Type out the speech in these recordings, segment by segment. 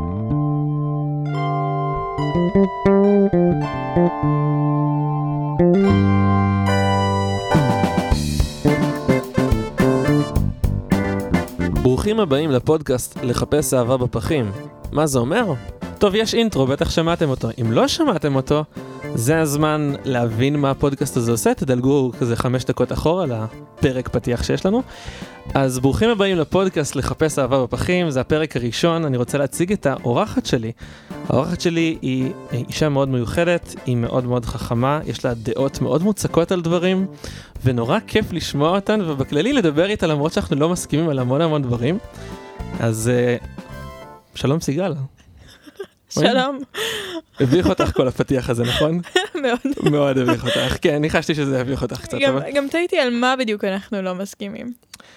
ברוכים הבאים לפודקאסט לחפש אהבה בפחים. מה זה אומר? טוב, יש אינטרו, בטח שמעתם אותו. אם לא שמעתם אותו, זה הזמן להבין מה הפודקאסט הזה עושה. תדלגו כזה 5 דקות אחורה לפרק פתיח שיש לנו. אז ברוכים הבאים לפודקאסט לחפש אהבה בפחים. זה הפרק הראשון. אני רוצה להציג את האורחת שלי. האורחת שלי היא אישה מאוד מיוחדת, היא מאוד מאוד חכמה, יש לה דעות מאוד מוצקות על דברים, ונורא כיף לשמוע אותן, ובכללי לדבר איתה למרות שאנחנו לא מסכימים על המון דברים. אז שלום סיגל. שלום. הביך אותך כל הפתיח הזה, נכון? מאוד. מאוד הביך אותך, כן, ניחשתי שזה הביך אותך קצת. גם תהיתי על מה בדיוק אנחנו לא מסכימים.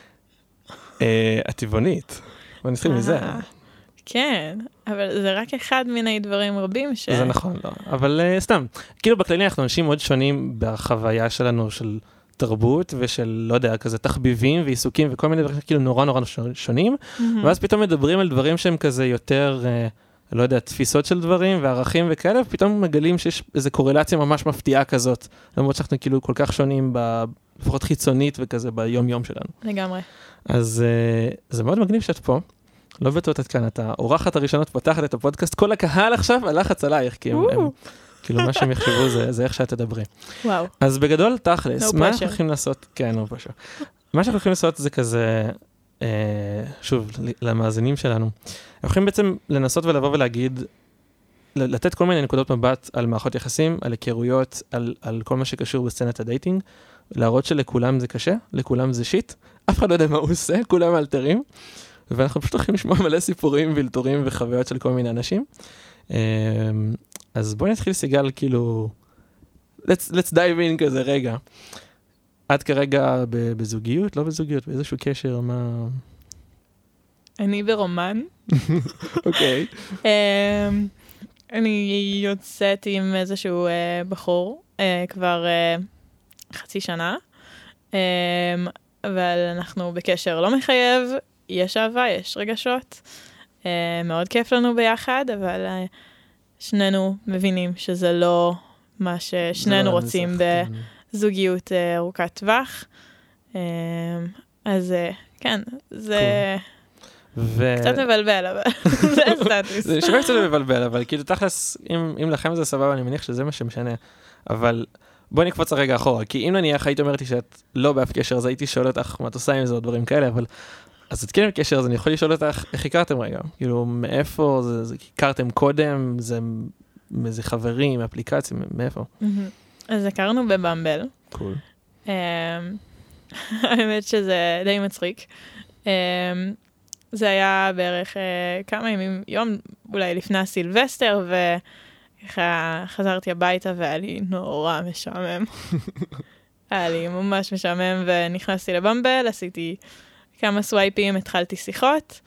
הטבעונית. בוא נתחיל מזה. כן, אבל זה רק אחד מיני דברים רבים זה נכון, לא. אבל סתם, כאילו בכללי אנחנו אנשים מאוד שונים בחוויה שלנו של תרבות ושל, לא יודע, כזה תחביבים ועיסוקים וכל מיני דברים כאילו נורא שונים, ואז פתאום מדברים על דברים שהם כזה יותר, לא יודע, תפיסות של דברים וערכים וכאלה, ופתאום מגלים שיש איזו קורלציה ממש מפתיעה כזאת, למרות שאנחנו כאילו כל כך שונים, לפחות חיצונית וכזה ביום-יום שלנו. לגמרי. אז זה מאוד מגניב שאת פה. לא בטעות את כאן, את האורחת הראשונות פותחת את הפודקאסט, כל הקהל עכשיו הלחץ עלייך, כי הם כאילו מה שהם יחשבו זה איך שאת תדברי. וואו. אז בגדול, תכלס, מה אנחנו הולכים לעשות? כן, לא פשוט. מה שאנחנו הולכים לעשות זה כזה, שוב, למאזינים שלנו, אנחנו הולכים בעצם לנסות ולבוא ולהגיד, לתת כל מיני נקודות מבט על מערכות יחסים, על היכרויות, על כל מה שקשור בסצנת הדייטינג, להראות שלכולם זה קשה, לכולם זה שיט, אף אחד לא יודע מה הוא עושה, כולם אלתרים. ואנחנו פשוט הולכים לשמוע מלא סיפורים וילתורים וחוויות של כל מיני אנשים. אז בואי נתחיל סיגל, כאילו, let's dive in כזה רגע. את כרגע בזוגיות, לא בזוגיות, באיזשהו קשר, מה... אני ברומן. אוקיי. אני יוצאת עם איזשהו בחור, כבר חצי שנה, אבל אנחנו בקשר לא מחייב, יש אהבה, יש רגשות, מאוד כיף לנו ביחד, אבל שנינו מבינים שזה לא מה ששנינו רוצים בזוגיות ארוכת טווח. אז כן, זה קצת מבלבל, אבל זה הסטטוס. זה נשמע קצת מבלבל, אבל כאילו תכלס, אם לכם זה סבבה, אני מניח שזה מה שמשנה. אבל בואי נקפוץ הרגע אחורה, כי אם נניח היית אומרת לי שאת לא באף קשר, אז הייתי שואל אותך מה את עושה עם זה או דברים כאלה, אבל אז את כן בקשר, אז אני יכול לשאול אותך, איך הכרתם רגע? כאילו, מאיפה? זה הכרתם קודם? זה חברים, אפליקציה, מאיפה? אז הכרנו בבמבל. קול. האמת שזה די מצחיק. זה היה בערך כמה ימים, יום אולי לפני הסילבסטר, וככה חזרתי הביתה והיה לי נורא משעמם. היה לי ממש משעמם, ונכנסתי לבמבל, עשיתי כמה סווייפים, התחלתי שיחות,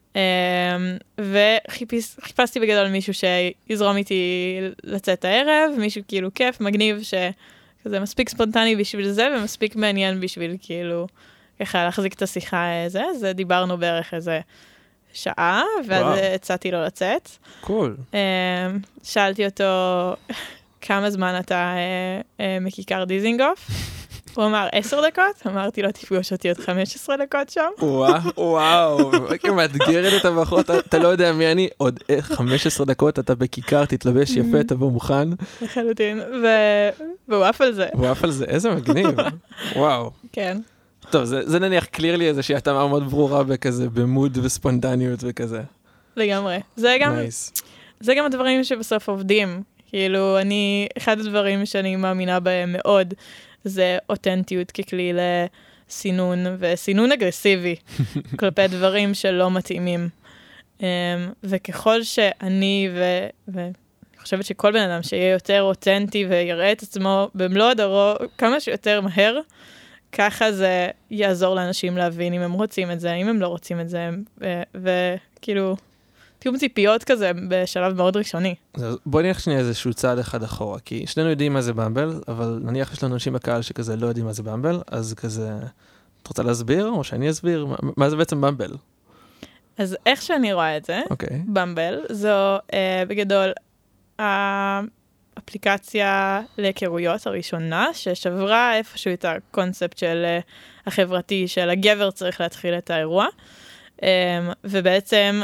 וחיפשתי בגדול מישהו שיזרום איתי לצאת הערב, מישהו כאילו כיף, מגניב, שכזה מספיק ספונטני בשביל זה, ומספיק מעניין בשביל כאילו, ככה להחזיק את השיחה הזה, אז דיברנו בערך איזה שעה, ואז הצעתי לו לצאת. קול. שאלתי אותו, כמה זמן אתה מכיכר דיזינגוף? הוא אמר 10 דקות, אמרתי לו, תפגוש אותי עוד 15 דקות שם. וואו, מאתגרת את הבחורות, אתה לא יודע מי אני, עוד 15 דקות אתה בכיכר, תתלבש יפה, תבוא מוכן. לחלוטין, והוא עף על זה. הוא עף על זה, איזה מגניב, וואו. כן. טוב, זה נניח קליר לי איזושהי התאמה מאוד ברורה בכזה, במוד וספונטניות וכזה. לגמרי. זה גם הדברים שבסוף עובדים. כאילו, אחד הדברים שאני מאמינה בהם מאוד, זה אותנטיות ככלי לסינון, וסינון אגרסיבי, כלפי דברים שלא מתאימים. וככל שאני, ואני חושבת שכל בן אדם שיהיה יותר אותנטי ויראה את עצמו במלוא הדרו, כמה שיותר מהר, ככה זה יעזור לאנשים להבין אם הם רוצים את זה, אם הם לא רוצים את זה, וכאילו, תיאום ציפיות כזה בשלב מאוד ראשוני. בוא נניח שנייה איזשהו צעד אחד אחורה, כי שנינו יודעים מה זה במבל, אבל נניח יש לנו אנשים בקהל שכזה לא יודעים מה זה במבל, אז כזה, את רוצה להסביר או שאני אסביר? מה זה בעצם במבל? אז איך שאני רואה את זה, במבל, זו בגדול האפליקציה להיכרויות הראשונה, ששברה איפשהו את הקונספט של החברתי, של הגבר צריך להתחיל את האירוע, ובעצם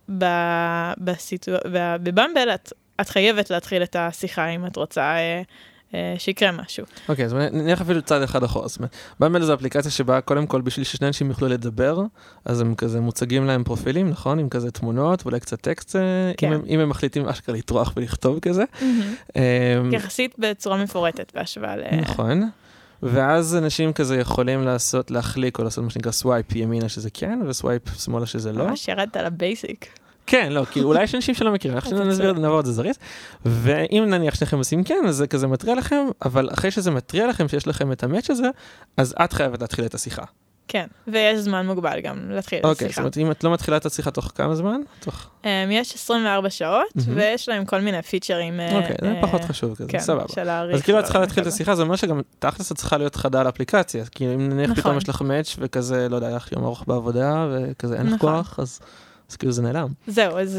בבמבל את חייבת להתחיל את השיחה אם את רוצה שיקרה משהו. אוקיי, אז נניח אפילו צעד אחד אחורה. במבל זו אפליקציה שבה קודם כל בשביל ששני אנשים יוכלו לדבר, אז הם כזה מוצגים להם פרופילים, נכון? עם כזה תמונות, ואולי קצת טקסט, אם הם מחליטים אשכרה לטרוח ולכתוב כזה. יחסית בצורה מפורטת בהשוואה נכון. ואז אנשים כזה יכולים להחליק או לעשות מה שנקרא סווייפ ימינה שזה כן, וסווייפ שמאלה שזה לא. ממש ירדת על הבייסיק. כן, לא, כי אולי יש אנשים שלא מכירים, אנחנו נעבור את זה זריז, ואם נניח שניכם עושים כן, אז זה כזה מטריע לכם, אבל אחרי שזה מטריע לכם, שיש לכם את המאץ' הזה, אז את חייבת להתחיל את השיחה. כן, ויש זמן מוגבל גם להתחיל את השיחה. אוקיי, זאת אומרת, אם את לא מתחילה את השיחה תוך כמה זמן? יש 24 שעות, ויש להם כל מיני פיצ'רים. אוקיי, זה פחות חשוב כזה, סבבה. אז כאילו את צריכה להתחיל את השיחה, זה אומר שגם תכלס את צריכה להיות חדה על האפליקציה, כי אם נניח פתאום יש לך מאץ' וכזה, לא יודע, לך יום ארוך בעבודה, וכזה אין לך כוח, אז כאילו זה נעלם. זהו, אז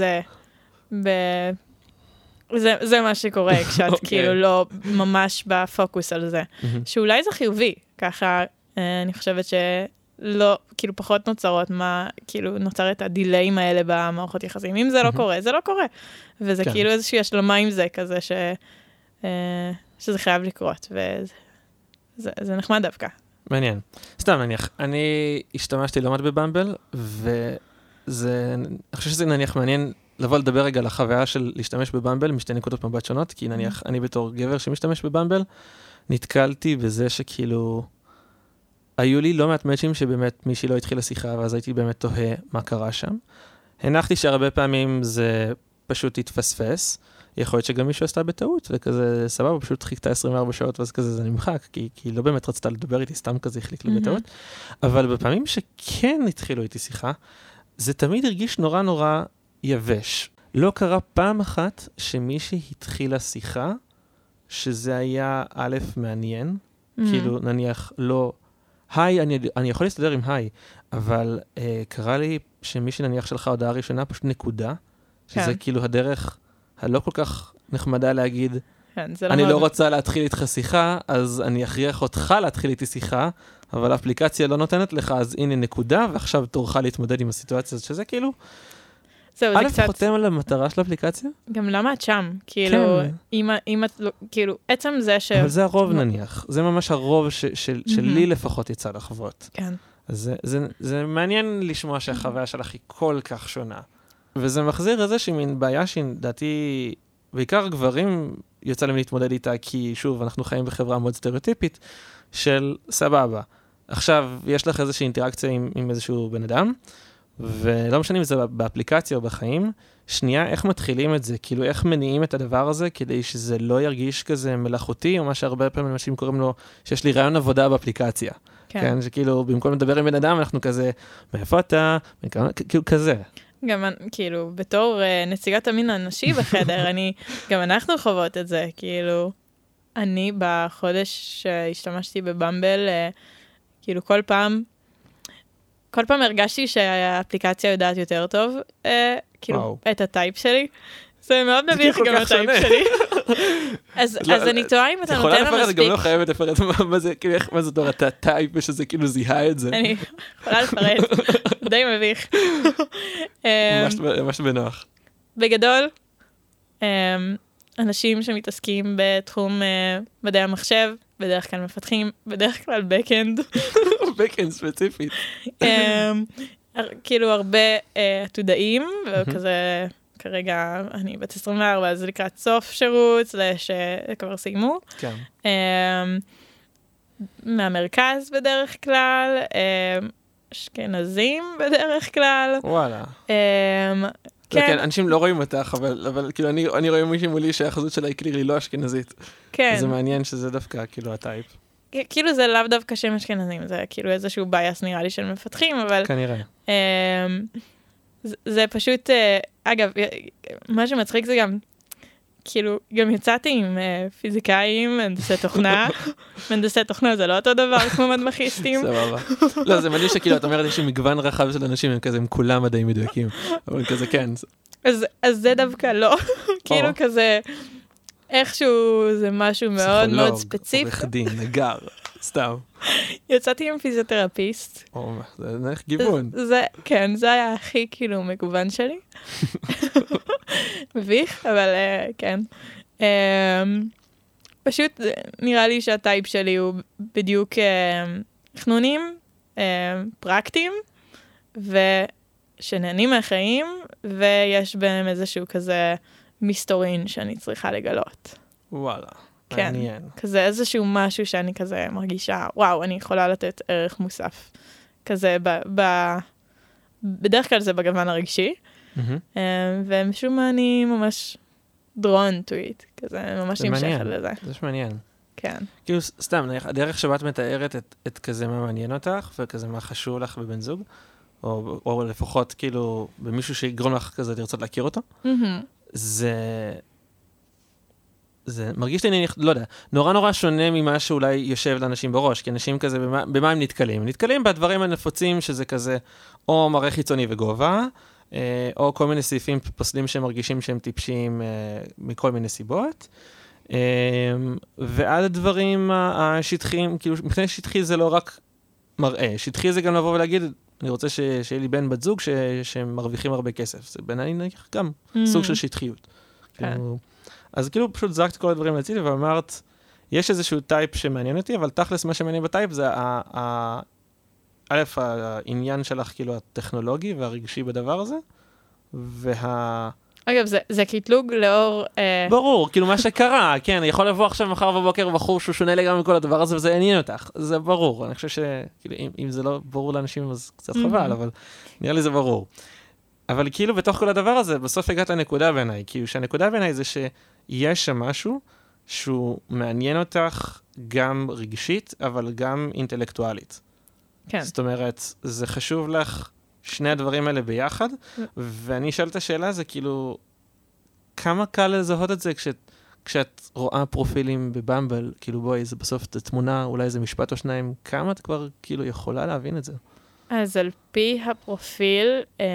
זה מה שקורה כשאת כאילו לא ממש בפוקוס על זה. שאולי זה חיובי, ככה אני חושבת שלא, כאילו פחות נוצרות כאילו נוצר את הדיליים האלה במערכות יחסים. אם זה לא קורה, זה לא קורה. וזה כאילו איזושהי השלמה עם זה כזה שזה חייב לקרות, וזה נחמד דווקא. מעניין. סתם נניח, אני השתמשתי לא מעט בבמבל, אני חושב שזה נניח מעניין לבוא לדבר רגע על החוויה של להשתמש בבמבל משתי נקודות מבט שונות, כי נניח אני בתור גבר שמשתמש בבמבל, נתקלתי בזה שכאילו, היו לי לא מעט מאצ'ים שבאמת מישהי לא התחילה שיחה, ואז הייתי באמת תוהה מה קרה שם. הנחתי שהרבה פעמים זה פשוט התפספס, יכול להיות שגם מישהו עשתה בטעות, וכזה סבבה, פשוט חיכתה 24 שעות, ואז כזה זה נמחק, כי לא באמת רצתה לדבר איתי, סתם כזה החליק לו בטעות. אבל בפעמים שכן התחילו איתי שיחה, זה תמיד הרגיש נורא נורא יבש. לא קרה פעם אחת שמישהי התחילה שיחה, שזה היה א' מעניין, כאילו נניח לא, היי, אני יכול להסתדר עם היי, אבל קרה לי שמישהי נניח שלך הודעה ראשונה, פשוט נקודה, שזה כאילו הדרך הלא כל כך נחמדה להגיד, אני לא רוצה להתחיל איתך שיחה, אז אני אכריח אותך להתחיל איתי שיחה, אבל האפליקציה לא נותנת לך, אז הנה נקודה, ועכשיו תורך להתמודד עם הסיטואציה, שזה כאילו, א' חותם על המטרה של האפליקציה? גם למה את שם? כאילו, אם את לא, כאילו, עצם זה ש... אבל זה הרוב נניח, זה ממש הרוב שלי לפחות יצא לחוות. כן. אז זה מעניין לשמוע שהחוויה שלך היא כל כך שונה. וזה מחזיר איזה שמין בעיה שדעתי, בעיקר גברים יוצא להם להתמודד איתה, כי שוב, אנחנו חיים בחברה מאוד סטריאוטיפית, של סבבה. עכשיו, יש לך איזושהי אינטראקציה עם איזשהו בן אדם, ולא משנה אם זה באפליקציה או בחיים, שנייה, איך מתחילים את זה? כאילו, איך מניעים את הדבר הזה, כדי שזה לא ירגיש כזה מלאכותי, או מה שהרבה פעמים אנשים קוראים לו, שיש לי רעיון עבודה באפליקציה. כן, שכאילו, במקום לדבר עם בן אדם, אנחנו כזה, מאיפה אתה? כאילו, כזה. גם, כאילו, בתור נציגת המין הנשי בחדר, גם אנחנו חוות את זה, כאילו, אני בחודש שהשתמשתי בבמבל, כאילו, כל פעם הרגשתי שהאפליקציה יודעת יותר טוב, כאילו, את הטייפ שלי. זה מאוד מביך גם הטייפ שלי. אז אני טועה אם אתה נותן לה מספיק. יכולה לפרט, גם לא חייבת לפרט מה זה, כאילו, מה זה תור, אתה טייפ, ושזה כאילו זיהה את זה. אני יכולה לפרט, די מביך. ממש בנוח. בגדול, אנשים שמתעסקים בתחום מדעי המחשב, בדרך כלל מפתחים, בדרך כלל בקאנד. בקאנד ספציפית. כאילו הרבה עתודאים, וכזה, כרגע אני בת 24, אז לקראת סוף שירות, שכבר סיימו. כן. מהמרכז בדרך כלל, אשכנזים בדרך כלל. וואלה. כן. אנשים לא רואים אותך, אבל כאילו אני רואה מישהי מולי שהחזות שלה היא קלירי לא אשכנזית. כן. זה מעניין שזה דווקא כאילו הטייפ. כאילו זה לאו דווקא שם אשכנזים, זה כאילו איזשהו בייס נראה לי של מפתחים, אבל... כנראה. זה פשוט, אגב, מה שמצחיק זה גם, כאילו, גם יצאתי עם פיזיקאים, מהנדסי תוכנה. מהנדסי תוכנה זה לא אותו דבר כמו מדמחיסטים. סבבה. לא, זה מדהים שכאילו, את אומרת, יש לי מגוון רחב של אנשים, הם כזה, הם כולם מדעים מדויקים. אבל כזה כן. אז זה דווקא לא. כאילו כזה, איכשהו זה משהו מאוד מאוד ספציפי. עורך דין, נגר, סתם. יצאתי עם פיזיותרפיסט. זה נלך גיוון. כן, זה היה הכי כאילו מגוון שלי. מביך, אבל כן. פשוט נראה לי שהטייפ שלי הוא בדיוק חנונים, פרקטיים, ושנהנים מהחיים, ויש בהם איזשהו כזה מסתורין שאני צריכה לגלות. וואלה, כן, מעניין. כזה איזשהו משהו שאני כזה מרגישה, וואו, אני יכולה לתת ערך מוסף. כזה, בדרך כלל זה בגוון הרגשי, ומשום מה אני ממש drawn to it, כזה ממש נמשכת לזה. זה מעניין. כן. כאילו, סתם, הדרך שבה את מתארת את כזה מה מעניין אותך, וכזה מה חשוב לך בבן זוג, או לפחות כאילו במישהו שיגרום לך כזה לרצות להכיר אותו, זה מרגיש לי, לא יודע, נורא שונה ממה שאולי יושב לאנשים בראש, כי אנשים כזה, במה הם נתקלים? הם נתקלים בדברים הנפוצים שזה כזה, או מראה חיצוני וגובה, או כל מיני סעיפים פוסלים שהם מרגישים שהם טיפשים מכל מיני סיבות, ועד הדברים השטחיים, כאילו מבחינת שטחי זה לא רק מראה, שטחי זה גם לבוא ולהגיד, אני רוצה שיהיה לי בן בת זוג שהם מרוויחים הרבה כסף, זה בעיניי גם סוג של שטחיות. אז כאילו פשוט זרקת כל הדברים לצידי ואמרת, יש איזשהו טייפ שמעניין אותי, אבל תכלס מה שמעניין בטייפ זה א', העניין שלך כאילו הטכנולוגי והרגשי בדבר הזה, אגב, זה קטלוג לאור... ברור, כאילו מה שקרה, כן, יכול לבוא עכשיו מחר בבוקר בחור שהוא שונה לגמרי מכל הדבר הזה, וזה עניין אותך, זה ברור. אני חושב שאם זה לא ברור לאנשים, אז קצת חבל, אבל נראה לי זה ברור. אבל כאילו בתוך כל הדבר הזה, בסוף הגעת לנקודה בעיניי, כאילו שהנקודה בעיניי זה שיש שם משהו שהוא מעניין אותך גם רגשית, אבל גם אינטלקטואלית. כן. זאת אומרת, זה חשוב לך שני הדברים האלה ביחד, ואני אשאל את השאלה, זה כאילו, כמה קל לזהות את זה כשאת רואה פרופילים בבמבל, כאילו בואי, זה בסוף תמונה, אולי זה משפט או שניים, כמה את כבר כאילו יכולה להבין את זה? אז על פי הפרופיל,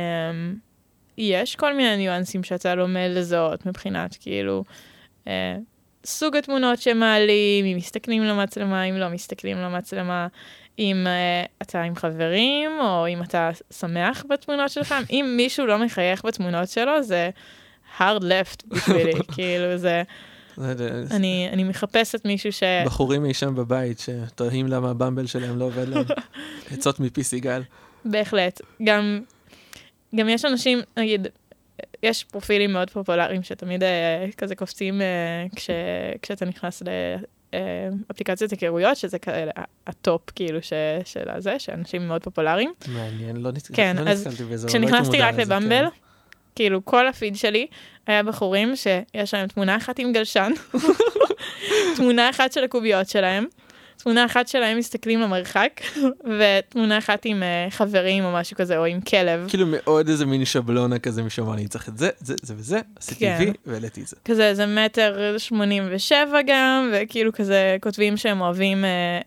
יש כל מיני ניואנסים שאתה לומד לזהות מבחינת, כאילו, סוג התמונות שמעלים, אם מסתכלים למצלמה, אם לא מסתכלים למצלמה, אם אתה עם חברים, או אם אתה שמח בתמונות שלך, אם מישהו לא מחייך בתמונות שלו, זה hard left בשבילי, כאילו זה... אני מחפשת מישהו ש... בחורים משם בבית שתוהים למה הבמבל שלהם לא עובד להם. עצות מפי סיגל. בהחלט. גם יש אנשים, נגיד, יש פרופילים מאוד פופולריים שתמיד כזה קופצים כשאתה נכנס לאפליקציות היכרויות, שזה כאלה הטופ כאילו של הזה, שאנשים מאוד פופולריים. מעניין, לא כן, אז כשנכנסתי רק לבמבל, כאילו כל הפיד שלי היה בחורים שיש להם תמונה אחת עם גלשן, תמונה אחת של הקוביות שלהם, תמונה אחת שלהם מסתכלים למרחק, ותמונה אחת עם חברים או משהו כזה, או עם כלב. כאילו מאוד איזה מיני שבלונה כזה משום, אני צריך את זה, זה וזה, עשיתי וי והעליתי את זה. כזה, איזה 1.87 גם, וכאילו כזה כותבים שהם אוהבים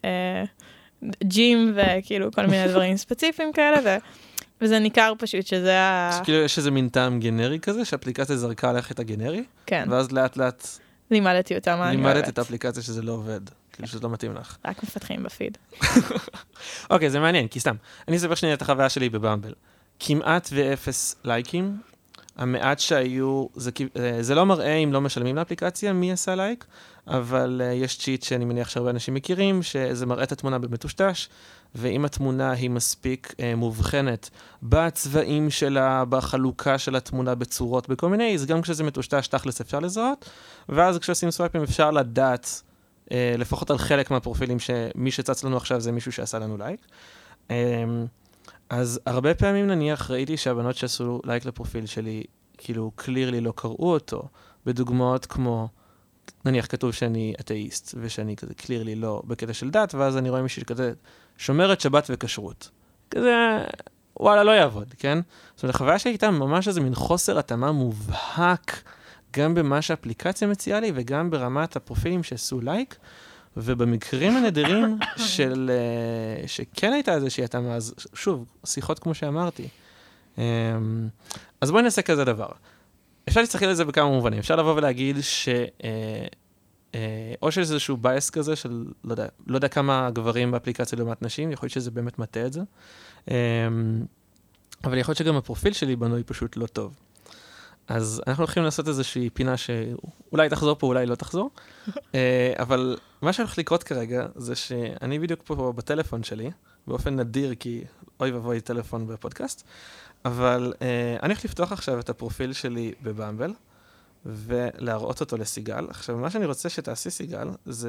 ג'ים, וכאילו כל מיני דברים ספציפיים כאלה, וזה ניכר פשוט שזה כאילו יש איזה מין טעם גנרי כזה, שהאפליקציה זרקה עליך את הגנרי, כן. ואז לאט לאט... לימדתי אותה מה אני אוהבת. לימדת את האפליקציה שזה לא עובד. כאילו שזה לא מתאים לך. רק מפתחים בפיד. אוקיי, זה מעניין, כי סתם. אני אספר שנייה את החוויה שלי בבמבל. כמעט ואפס לייקים. המעט שהיו, זה לא מראה אם לא משלמים לאפליקציה, מי עשה לייק, אבל יש צ'יט שאני מניח שהרבה אנשים מכירים, שזה מראה את התמונה במטושטש, ואם התמונה היא מספיק מובחנת בצבעים שלה, בחלוקה של התמונה בצורות, בכל מיני, אז גם כשזה מטושטש תכלס אפשר לזהות, ואז כשעושים סווייפים אפשר לדעת, לפחות על חלק מהפרופילים שמי שצץ לנו עכשיו זה מישהו שעשה לנו לייק. אז הרבה פעמים נניח ראיתי שהבנות שעשו לייק לפרופיל שלי, כאילו קלירלי לא קראו אותו, בדוגמאות כמו, נניח כתוב שאני אתאיסט, ושאני כזה קלירלי לא בקטע של דת, ואז אני רואה מישהו שכזה שומרת שבת וכשרות. כזה, וואלה, לא יעבוד, כן? זאת אומרת, החוויה שלי הייתה ממש איזה מין חוסר התאמה מובהק, גם במה שהאפליקציה מציעה לי, וגם ברמת הפרופילים שעשו לייק, ובמקרים הנדירים שכן הייתה איזושהי התאמה, אז שוב, שיחות כמו שאמרתי. אז בואי נעשה כזה דבר. אפשר להסתכל על זה בכמה מובנים. אפשר לבוא ולהגיד או שיש איזשהו בייס כזה של, לא יודע כמה גברים באפליקציה לעומת נשים, יכול להיות שזה באמת מטה את זה. אבל יכול להיות שגם הפרופיל שלי בנוי פשוט לא טוב. אז אנחנו הולכים לעשות איזושהי פינה שאולי תחזור פה, אולי לא תחזור. אבל מה שהולך לקרות כרגע זה שאני בדיוק פה בטלפון שלי, באופן נדיר, כי אוי ובוי טלפון בפודקאסט, אבל אני הולך לפתוח עכשיו את הפרופיל שלי בבמבל, ולהראות אותו לסיגל. עכשיו, מה שאני רוצה שתעשי סיגל, זה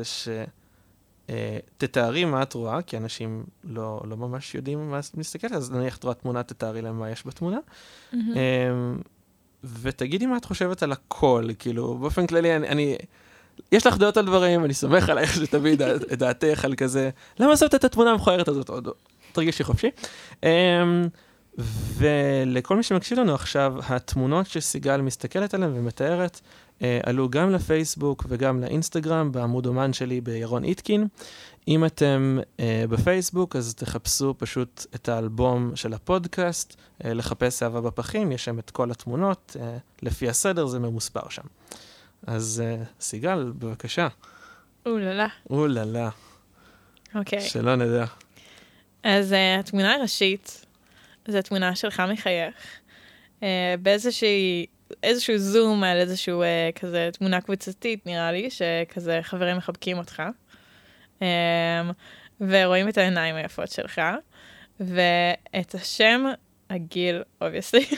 שתתארי מה את רואה, כי אנשים לא ממש יודעים מה מסתכל, אז נניח את רואה תמונה, תתארי להם מה יש בתמונה. ותגידי מה את חושבת על הכל, כאילו, באופן כללי, יש לך דעות על דברים, אני סומך עלייך שתביא את דעתך על כזה, למה שמת את התמונה המכוערת הזאת עוד? תרגישי חופשי. ולכל מי שמקשיב לנו עכשיו, התמונות שסיגל מסתכלת עליהן ומתארת, עלו גם לפייסבוק וגם לאינסטגרם, בעמוד אומן שלי בירון איטקין. אם אתם בפייסבוק, אז תחפשו פשוט את האלבום של הפודקאסט, לחפש אהבה בפחים, יש שם את כל התמונות, לפי הסדר זה ממוספר שם. אז סיגל, בבקשה. אוללה. אוללה. אוקיי. שלא נדע. אז התמונה הראשית, זו תמונה שלך מחייך, באיזשהו זום על איזשהו כזה תמונה קבוצתית, נראה לי, שכזה חברים מחבקים אותך, ורואים את העיניים היפות שלך, ואת השם, הגיל, obviously.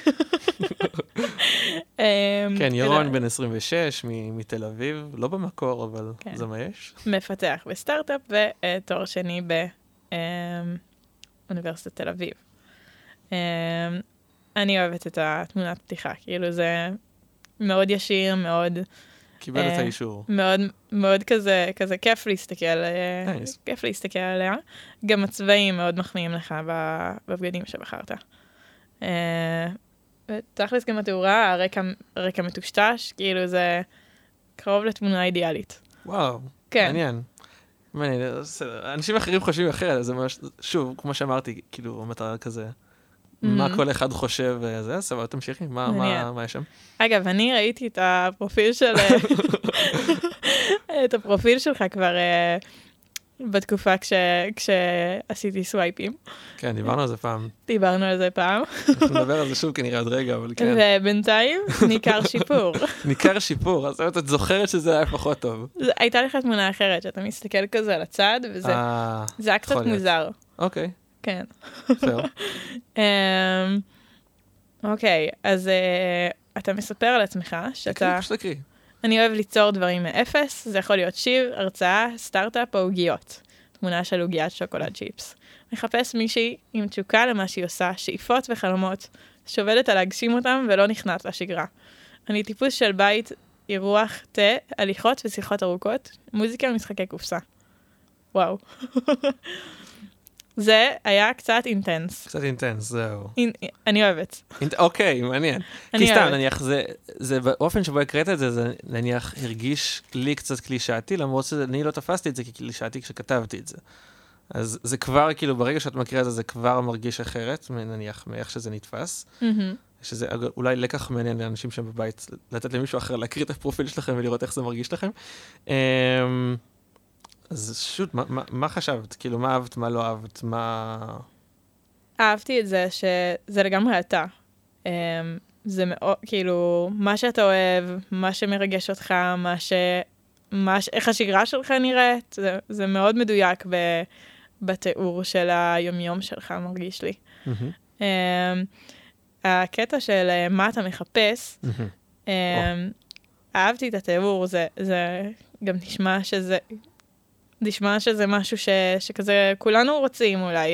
כן, ירון בן 26, מתל אביב, לא במקור, אבל זה מה יש. מפתח בסטארט-אפ, ותואר שני באוניברסיטת תל אביב. אני אוהבת את התמונת פתיחה, כאילו זה מאוד ישיר, מאוד... קיבל את האישור. מאוד, מאוד כזה כיף להסתכל עליה. גם הצבעים מאוד מחמיאים לך בבגדים שבחרת. ותכלס גם התאורה, הרקע מטושטש, כאילו זה קרוב לתמונה אידיאלית. וואו, מעניין. אנשים אחרים חושבים אחרת, זה ממש, שוב, כמו שאמרתי, כאילו, המטרה כזה, מה כל אחד חושב, זה, סבבה, תמשיכי, מה יש שם? אגב, אני ראיתי את הפרופיל שלך כבר בתקופה כשעשיתי סווייפים. כן, דיברנו על זה פעם. אנחנו נדבר על זה שוב כנראה עוד רגע, אבל כן. ובינתיים ניכר שיפור. ניכר שיפור, אז את זוכרת שזה היה פחות טוב. הייתה לך תמונה אחרת, שאתה מסתכל כזה על הצד, וזה היה קצת מוזר. אוקיי. כן. בסדר. אוקיי, אז אתה מספר על עצמך שאתה... תקריא. אני אוהב ליצור דברים מאפס, זה יכול להיות שיר, הרצאה, סטארט-אפ או עוגיות. תמונה של עוגיית שוקולד צ'יפס. מחפש מישהי עם תשוקה למה שהיא עושה, שאיפות וחלומות, שעובדת על להגשים אותם ולא נכנעת לשגרה. אני טיפוס של בית, אירוח, תה, הליכות ושיחות ארוכות, מוזיקה ומשחקי קופסה. וואו. זה היה קצת אינטנס. קצת אינטנס, זהו. אני אוהבת. אוקיי, מעניין. כי סתם, נניח, זה באופן שבו הקראת את זה, זה נניח הרגיש לי קצת קלישאתי, למרות שאני לא תפסתי את זה כקלישאתי כשכתבתי את זה. אז זה כבר, כאילו, ברגע שאת מקריאה את זה, זה כבר מרגיש אחרת, נניח, מאיך שזה נתפס. שזה אולי לקח מעניין לאנשים שם בבית, לתת למישהו אחר להקריא את הפרופיל שלכם ולראות איך זה מרגיש לכם. אז שוט, מה חשבת? כאילו, מה אהבת, מה לא אהבת, מה... אהבתי את זה שזה לגמרי אתה. זה מאוד, כאילו, מה שאתה אוהב, מה שמרגש אותך, איך השגרה שלך נראית, זה מאוד מדויק בתיאור של היומיום שלך, מרגיש לי. הקטע של מה אתה מחפש, אהבתי את התיאור, זה גם נשמע שזה משהו שכזה כולנו רוצים אולי,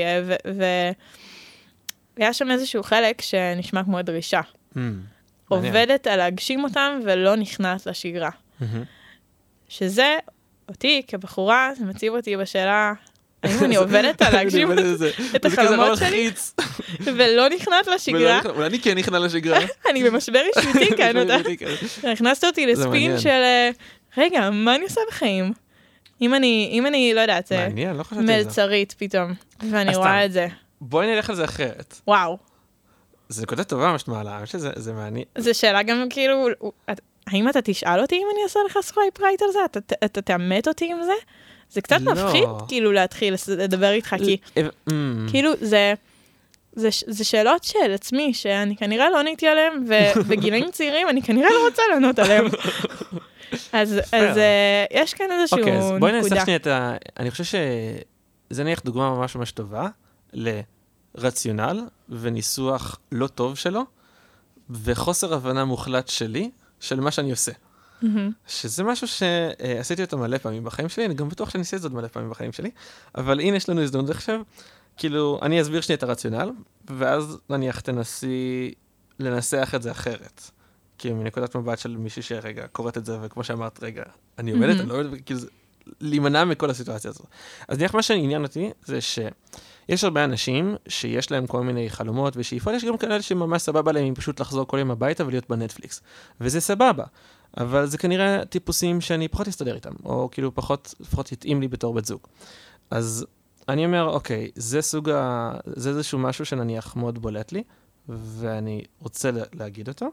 והיה שם איזשהו חלק שנשמע כמו דרישה. עובדת על להגשים אותם ולא נכנעת לשגרה. שזה, אותי כבחורה, זה מציב אותי בשאלה, האם אני עובדת על להגשים את החלומות שלי, ולא נכנעת לשגרה. אולי אני כן נכנע לשגרה. אני במשבר אישותי כאן, הכנסת אותי לספין של, רגע, מה אני עושה בחיים? אם אני, לא יודעת, מלצרית פתאום, ואני רואה את זה. בואי נלך על זה אחרת. וואו. זה נקודה טובה מה שאת מעלה, אני חושב שזה מעניין. זו שאלה גם כאילו, האם אתה תשאל אותי אם אני אעשה לך סווייפ רייט על זה? אתה תאמת אותי עם זה? זה קצת מפחיד כאילו להתחיל לדבר איתך, כי כאילו זה שאלות של עצמי, שאני כנראה לא עניתי עליהן, ובגילאים צעירים אני כנראה לא רוצה לענות עליהן. אז יש כאן איזשהו נקודה. אוקיי, אז בואי ננסח שנייה אני חושב שזה נניח דוגמה ממש ממש טובה, לרציונל וניסוח לא טוב שלו, וחוסר הבנה מוחלט שלי, של מה שאני עושה. שזה משהו שעשיתי אותו מלא פעמים בחיים שלי, אני גם בטוח שאני אעשה את זה עוד מלא פעמים בחיים שלי, אבל הנה יש לנו הזדמנות עכשיו, כאילו, אני אסביר שנייה את הרציונל, ואז נניח תנסי לנסח את זה אחרת. כאילו, מנקודת מבט של מישהי שרגע קוראת את זה, וכמו שאמרת, רגע, אני עומדת, אני לא עומדת, כאילו, להימנע מכל הסיטואציה הזאת. אז נניח מה שעניין אותי, זה שיש הרבה אנשים שיש להם כל מיני חלומות ושאיפות, יש גם כאלה שממש סבבה להם עם פשוט לחזור כל יום הביתה ולהיות בנטפליקס. וזה סבבה. אבל זה כנראה טיפוסים שאני פחות אסתדר איתם, או כאילו לפחות יתאים לי בתור בת זוג. אז אני אומר, אוקיי, זה איזשהו משהו שנניח מאוד בולט לי, ואני רוצה להגיד אותו,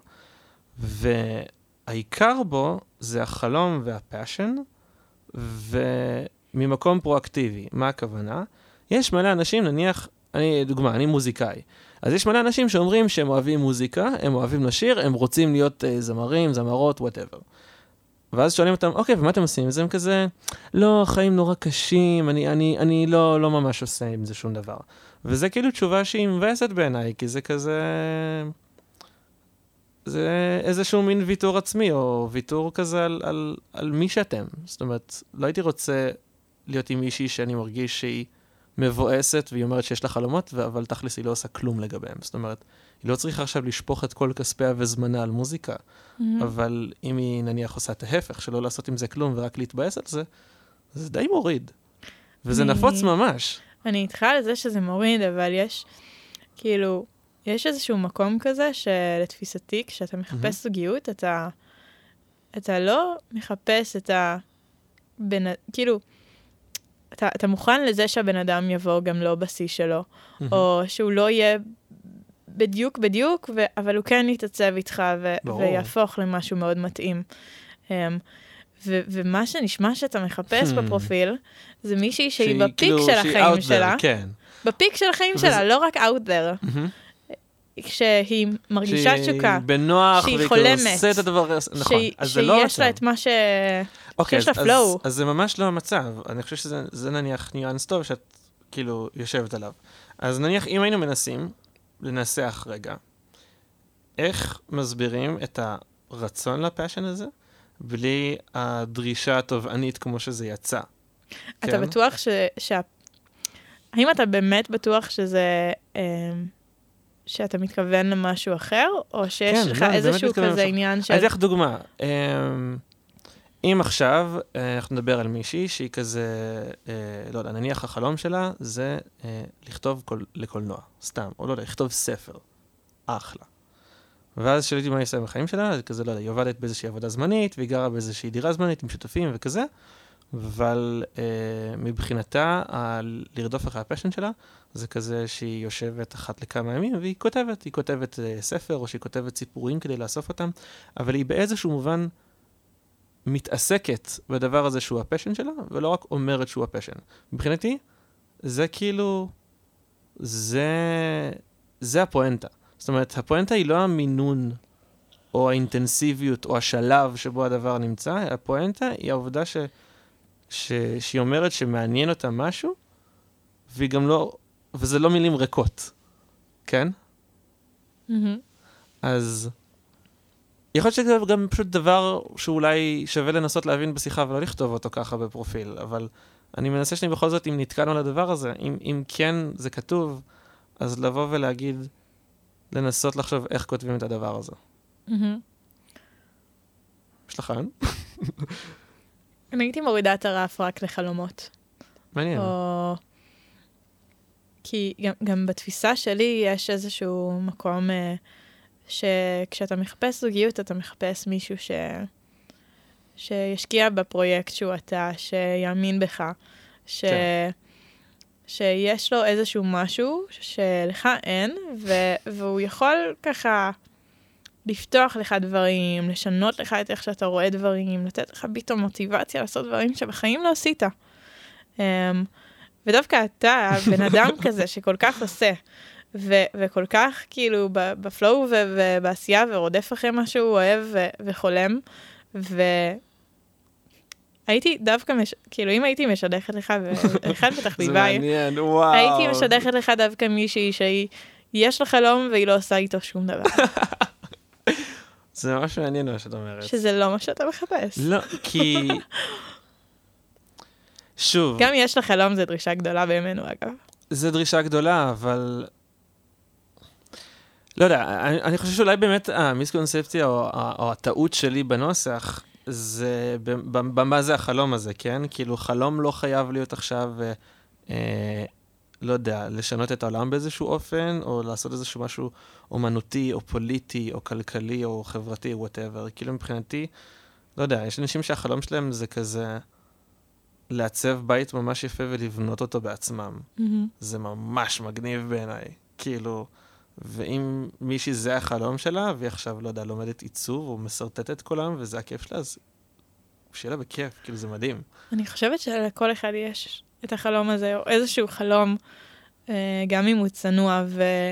והעיקר בו זה החלום והפאשן, וממקום פרואקטיבי. מה הכוונה? יש מלא אנשים, נניח, דוגמה, אני מוזיקאי. אז יש מלא אנשים שאומרים שהם אוהבים מוזיקה, הם אוהבים לשיר, הם רוצים להיות זמרים, זמרות, whatever. ואז שואלים אותם, אוקיי, ומה אתם עושים? אז הם כזה, לא, החיים נורא קשים, אני לא ממש עושה עם זה שום דבר. וזה כאילו תשובה שהיא מבאסת בעיניי, כי זה כזה, זה איזשהו מין ויתור עצמי, או ויתור כזה על מי שאתם. זאת אומרת, לא הייתי רוצה להיות עם מישהי שאני מרגיש שהיא מבואסת, והיא אומרת שיש לה חלומות, אבל תכלס היא לא עושה כלום לגביהם. זאת אומרת, היא לא צריכה עכשיו לשפוך את כל כספיה וזמנה על מוזיקה, אבל אם היא נניח עושה את ההפך, שלא לעשות עם זה כלום ורק להתבאס על זה, זה די מוריד. וזה נפוץ ממש. אני איתך על זה שזה מוריד, אבל יש, כאילו, יש איזשהו מקום כזה שלתפיסתי, כשאתה מחפש זוגיות, אתה לא מחפש את כאילו, אתה מוכן לזה שהבן אדם יבוא גם לא בשיא שלו, או שהוא לא יהיה בדיוק, אבל הוא כן יתעצב איתך ויהפוך למשהו מאוד מתאים. ומה שנשמע שאתה מחפש בפרופיל, זה מישהי שהיא בפיק של החיים שלה. בפיק של החיים שלה, לא רק out there. כשהיא מרגישה תשוקה, שהיא חולמת, שיש לה את מה שיש לה פלואו. אז זה ממש לא המצב. אני חושב שזה נניח ניואנס טוב שאת כאילו יושבת עליו. אז נניח אם היינו מנסים לנסח רגע, איך מסבירים את הרצון לפאשן הזה, בלי הדרישה התובענית כמו שזה יצא? אתה בטוח האם אתה באמת בטוח שזה שאתה מתכוון למשהו אחר, או שיש לך איזשהו כזה עניין של... אז איך דוגמה, אם עכשיו אנחנו נדבר על מישהי שהיא כזה, לא יודע, נניח החלום שלה זה לכתוב לקולנוע, סתם, או לא יודע, לכתוב ספר, אחלה. ואז שאליתי מה היא עושה בחיים שלה, אז כזה, לא יודע, היא עובדת באיזושהי עבודה זמנית, והיא גרה באיזושהי דירה זמנית עם שותפים וכזה, אבל מבחינתה, לרדוף אחרי הפשן שלה, זה כזה שהיא יושבת אחת לכמה ימים, והיא כותבת ספר, או שהיא כותבת סיפורים כדי לאסוף אותם, אבל היא באיזשהו מובן מתעסקת בדבר הזה שהוא הפשן שלה, ולא רק אומרת שהוא הפשן. מבחינתי, זה כאילו, זה הפואנטה. זאת אומרת, הפואנטה היא לא המינון, או האינטנסיביות, או השלב שבו הדבר נמצא, הפואנטה היא העובדה שהיא אומרת שמעניין אותה משהו, והיא גם לא, וזה לא מילים ריקות. כן? אז יכול להיות שזה גם פשוט דבר שאולי שווה לנסות להבין בשיחה ולא לכתוב אותו ככה בפרופיל, אבל אני מנסה שאני בכל זאת, אם נתקענו לדבר הזה, אם כן זה כתוב, אז לבוא ולהגיד, לנסות לחשוב איך כותבים את הדבר הזה. יש לך? אני הייתי מורידה את הרף רק לחלומות. מעניין. או כי גם בתפיסה שלי יש איזשהו מקום שכשאתה מחפש זוגיות, אתה מחפש מישהו שישקיע בפרויקט שהוא אתה, שיאמין בך, שיש לו איזשהו משהו שלך אין, והוא יכול ככה לפתוח לך דברים, לשנות לך את איך שאתה רואה דברים, לתת לך פתאום מוטיבציה לעשות דברים שבחיים לא עשית. ודווקא אתה, בן אדם כזה שכל כך עושה, וכל כך כאילו בפלואו ובעשייה ורודף אחרי מה שהוא אוהב וחולם, הייתי דווקא, כאילו אם הייתי משדכת לך, ואחד בתחביביי, זה מעניין, וואו. הייתי משדכת לך דווקא מישהי שיש לה חלום והיא לא עושה איתו שום דבר. זה ממש מעניין מה שאת אומרת. שזה לא מה שאתה מחפש. לא, כי... שוב. גם יש לה חלום, זו דרישה גדולה בימינו, אגב. זו דרישה גדולה, אבל... לא יודע, אני חושב שאולי באמת המיסקונספציה או הטעות שלי בנוסח, זה במה זה החלום הזה, כן? כאילו חלום לא חייב להיות עכשיו, לא יודע, לשנות את העולם באיזשהו אופן, או לעשות איזשהו משהו אומנותי, או פוליטי, או כלכלי, או חברתי, whatever. כאילו מבחינתי, לא יודע, יש אנשים שהחלום שלהם זה כזה לעצב בית ממש יפה ולבנות אותו בעצמם. זה ממש מגניב בעיניי. כאילו, ואם מישהי זה החלום שלה, והיא עכשיו, לא יודע, לומדת עיצוב, או מסרטטת כל היום, וזה הכיף שלה, אז שיהיה לה בכיף, כאילו זה מדהים. אני חושבת שלכל אחד יש את החלום הזה, או איזשהו חלום, גם אם הוא צנוע,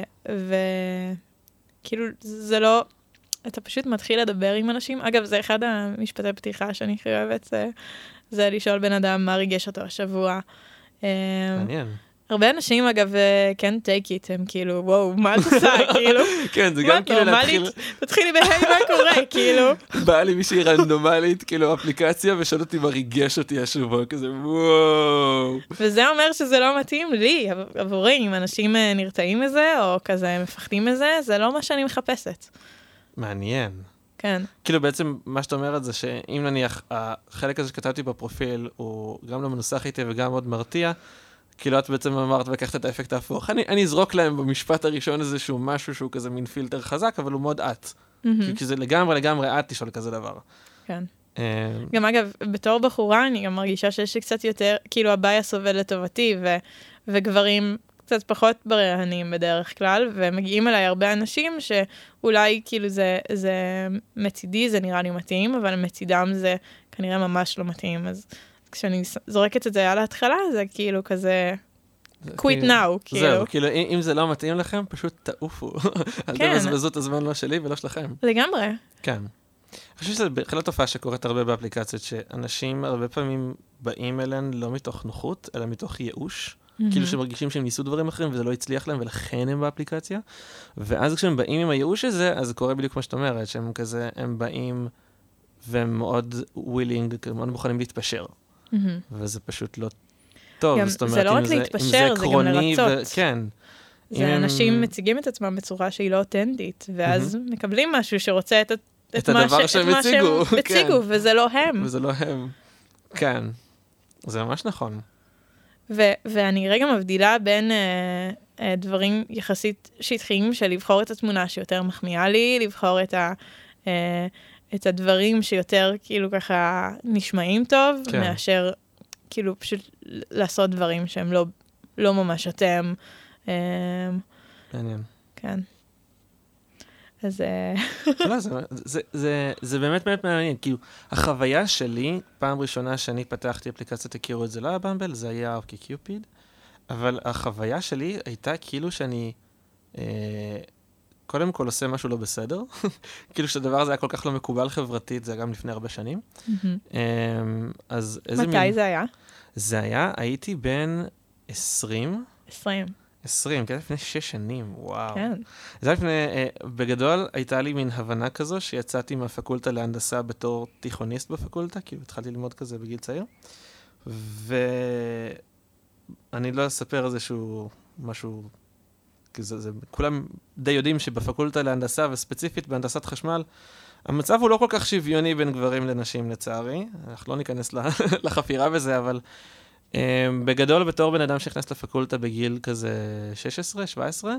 וכאילו זה לא, אתה פשוט מתחיל לדבר עם אנשים. אגב, זה אחד המשפטי פתיחה שאני הכי אוהבת, זה לשאול בן אדם מה ריגש אותו השבוע. מעניין. הרבה אנשים, אגב, כן, take it, הם כאילו, וואו, מה את עושה, כאילו? כן, זה גם כאילו להתחיל... תתחילי בהי מה קורה, כאילו. באה לי מישהי רנדומלית, כאילו, אפליקציה, ושאל אותי מה ריגש אותי השבוע, כזה, וואו. וזה אומר שזה לא מתאים לי, עבורי, אם אנשים נרתעים מזה, או כזה מפחדים מזה, זה לא מה שאני מחפשת. מעניין. כן. כאילו, בעצם, מה שאת אומרת זה שאם נניח, החלק הזה שכתבתי בפרופיל, הוא גם לא מנוסח איתי וגם מאוד מרתיע, כאילו את בעצם אמרת ולקחת את האפקט ההפוך. אני אזרוק להם במשפט הראשון איזשהו משהו שהוא כזה מין פילטר חזק, אבל הוא מאוד את. כי זה לגמרי את לשאול כזה דבר. כן. גם אגב, בתור בחורה אני גם מרגישה שיש לי קצת יותר, כאילו הבעיה סובל לטובתי, וגברים קצת פחות ברענים בדרך כלל, ומגיעים אליי הרבה אנשים שאולי כאילו זה מצידי, זה נראה לי מתאים, אבל מצידם זה כנראה ממש לא מתאים, אז... כשאני זורקת את זה על ההתחלה, זה כאילו כזה quit now, כאילו. זהו, כאילו, אם זה לא מתאים לכם, פשוט תעופו. אל תבזבזו את הזמן לא שלי ולא שלכם. לגמרי. כן. אני חושב שזה בכלל תופעה שקורית הרבה באפליקציות, שאנשים הרבה פעמים באים אליהן לא מתוך נוחות, אלא מתוך ייאוש. כאילו שמרגישים שהם ניסו דברים אחרים וזה לא הצליח להם, ולכן הם באפליקציה. ואז כשהם באים עם הייאוש הזה, אז זה קורה בדיוק כמו שאת אומרת, שהם כזה, הם באים והם מאוד willing, מאוד מוכנים להתפשר. וזה פשוט לא טוב. זאת אומרת, זה לא רק להתפשר, זה גם לרצות. כן. זה אנשים מציגים את עצמם בצורה שהיא לא אותנטית, ואז מקבלים משהו שרוצה את הדבר שהם הציגו, וזה לא הם. וזה לא הם. כן. זה ממש נכון. ואני רגע מבדילה בין דברים יחסית שטחיים של לבחור את התמונה שיותר מחמיאה לי, לבחור את הדברים שיותר כאילו ככה נשמעים טוב, כן. מאשר כאילו פשוט לעשות דברים שהם לא ממש אתם. מעניין. כן. אז... זה באמת באמת מעניין. כאילו, החוויה שלי, פעם ראשונה שאני פתחתי אפליקציה, תכירו את זה, לא היה במבל, זה היה אוקיי קיופיד, אבל החוויה שלי הייתה כאילו שאני... קודם כל עושה משהו לא בסדר, כאילו שהדבר הזה היה כל כך לא מקובל חברתית, זה היה גם לפני הרבה שנים. אז איזה מין... מתי זה היה? זה היה, הייתי בן 20. 20, כן, לפני 6 שנים, וואו. כן. זה היה לפני, בגדול הייתה לי מין הבנה כזו, שיצאתי מהפקולטה להנדסה בתור תיכוניסט בפקולטה, כאילו התחלתי ללמוד כזה בגיל צעיר, ואני לא אספר איזשהו משהו... כולם די יודעים שבפקולטה להנדסה, וספציפית בהנדסת חשמל, המצב הוא לא כל כך שוויוני בין גברים לנשים, לצערי. אנחנו לא ניכנס לחפירה בזה, אבל בגדול, בתור בן אדם שהכנס לפקולטה בגיל כזה 16, 17,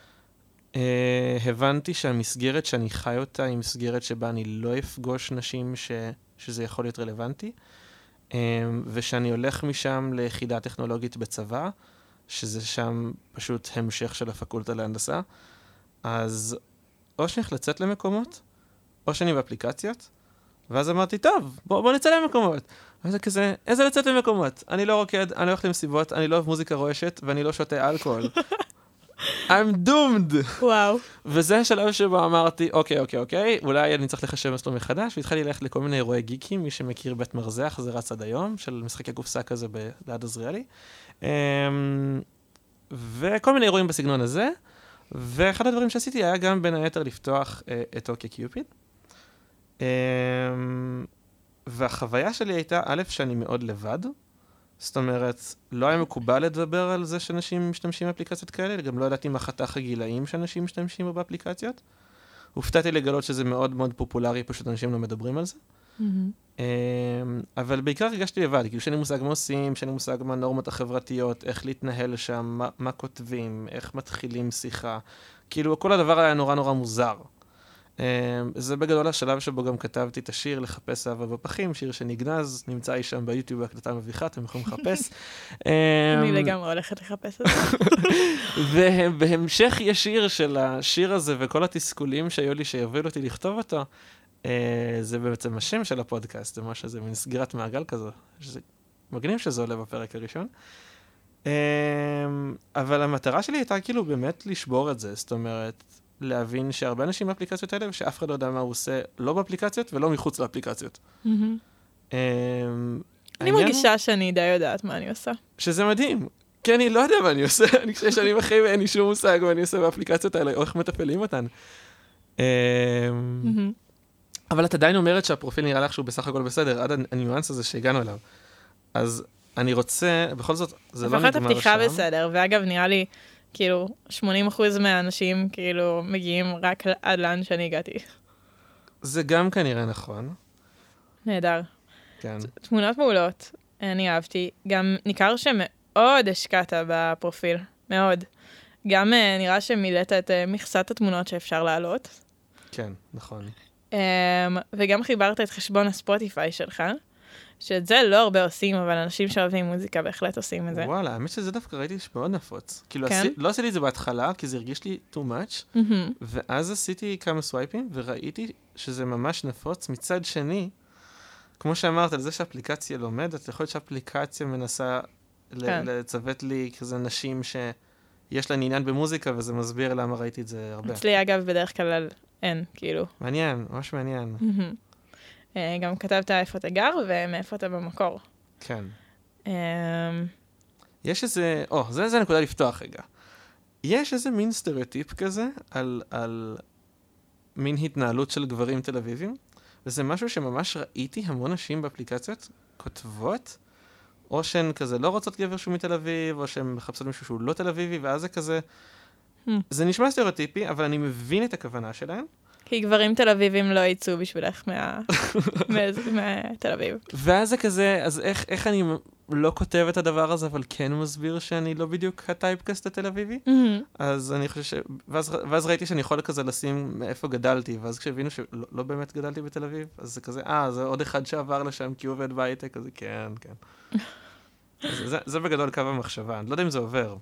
הבנתי שהמסגרת שאני חי אותה היא מסגרת שבה אני לא אפגוש נשים שזה יכול להיות רלוונטי, ושאני הולך משם ליחידה טכנולוגית בצבא, שזה שם פשוט המשך של הפקולטה להנדסה. אז או שאני הולך לצאת למקומות, או שאני באפליקציות, ואז אמרתי, טוב, בוא נצא למקומות. וזה כזה, איזה לצאת למקומות? אני לא רוקד, אני לא הולך למסיבות, אני לא אוהב מוזיקה רועשת, ואני לא שותה אלכוהול. I'm doomed. וואו. וזה השלב שבו אמרתי, אוקיי, אולי אני צריך לחשב מסלול מחדש, והתחלתי ללכת לכל מיני אירועי גיקים, מי שמכיר בית מרזח, זה רץ עד היום, של משחקי קופסה כזה ליד עזריאלי. וכל מיני אירועים בסגנון הזה, ואחד הדברים שעשיתי היה גם בין היתר לפתוח את אוקיקיופיד. והחוויה שלי הייתה, א', שאני מאוד לבד, זאת אומרת, לא היה מקובל לדבר על זה שאנשים משתמשים באפליקציות כאלה, גם לא ידעתי מה חתך הגילאים שאנשים משתמשים בו באפליקציות. הופתעתי לגלות שזה מאוד מאוד פופולרי, פשוט אנשים לא מדברים על זה. אבל בעיקר הרגשתי לבד, כאילו שאין לי מושג מה עושים, שאין לי מושג מה הנורמות החברתיות, איך להתנהל שם, מה כותבים, איך מתחילים שיחה. כאילו, כל הדבר היה נורא נורא מוזר. זה בגדול השלב שבו גם כתבתי את השיר לחפש אהבה בפחים, שיר שנגנז, נמצא אי שם ביוטיוב בהקלטה מביכה, אתם יכולים לחפש. אני לגמרי הולכת לחפש את זה. ובהמשך ישיר של השיר הזה וכל התסכולים שהיו לי שיובילו אותי לכתוב אותו, זה בעצם השם של הפודקאסט, זה משהו, זה מין סגירת מעגל כזו, מגניב שזה עולה בפרק הראשון. אבל המטרה שלי הייתה כאילו באמת לשבור את זה, זאת אומרת, להבין שהרבה אנשים באפליקציות האלה, ושאף אחד לא יודע מה הוא עושה, לא באפליקציות ולא מחוץ לאפליקציות. אני מרגישה שאני די יודעת מה אני עושה. שזה מדהים, כי אני לא יודע מה אני עושה, אני חושב שאני בחיים ואין לי שום מושג מה אני עושה באפליקציות האלה, או איך מטפלים אותן. אבל את עדיין אומרת שהפרופיל נראה לך שהוא בסך הכל בסדר, עד הניואנס הזה שהגענו אליו. אז אני רוצה, בכל זאת, זה לא נגמר שם. לפחות הפתיחה בסדר, ואגב, נראה לי, כאילו, 80% מהאנשים, כאילו, מגיעים רק עד לאן שאני הגעתי. זה גם כנראה נכון. נהדר. כן. תמונות מעולות, אני אהבתי. גם ניכר שמאוד השקעת בפרופיל, מאוד. גם נראה שמילאת את מכסת התמונות שאפשר להעלות. כן, נכון. וגם חיברת את חשבון הספוטיפיי שלך, שאת זה לא הרבה עושים, אבל אנשים שאוהבים מוזיקה בהחלט עושים את זה. וואלה, האמת שזה דווקא ראיתי שמאוד נפוץ. כאילו, לא עשיתי את זה בהתחלה, כי זה הרגיש לי too much, ואז עשיתי כמה סווייפים, וראיתי שזה ממש נפוץ. מצד שני, כמו שאמרת, על זה שהאפליקציה לומדת, יכול להיות שהאפליקציה מנסה לצוות לי כזה נשים שיש להן עניין במוזיקה, וזה מסביר למה ראיתי את זה הרבה. אצלי, אגב, בדרך כלל אין, כאילו. מעניין, ממש מעניין. גם כתבת איפה אתה גר ומאיפה אתה במקור. כן. יש איזה, זה נקודה לפתוח רגע. יש איזה מין סטריאוטיפ כזה על מין התנהלות של גברים תל אביבים, וזה משהו שממש ראיתי המון נשים באפליקציות כותבות, או שהן כזה לא רוצות גבר שהוא מתל אביב, או שהן מחפשות מישהו שהוא לא תל אביבי, ואז זה כזה, זה נשמע סטריאוטיפי, אבל אני מבין את הכוונה שלהן. כי גברים תל אביבים לא יצאו בשבילך מהתל אביב. ואז זה כזה, אז איך אני לא כותב את הדבר הזה, אבל כן מסביר שאני לא בדיוק הטייפקאסט התל אביבי? אז אני חושב ואז ראיתי שאני יכול כזה לשים מאיפה גדלתי, ואז כשהבינו שלא באמת גדלתי בתל אביב, אז זה כזה, זה עוד אחד שעבר לשם כי הוא עובד בהייטק, אז כן. זה בגדול קו המחשבה, אני לא יודע אם זה עובר.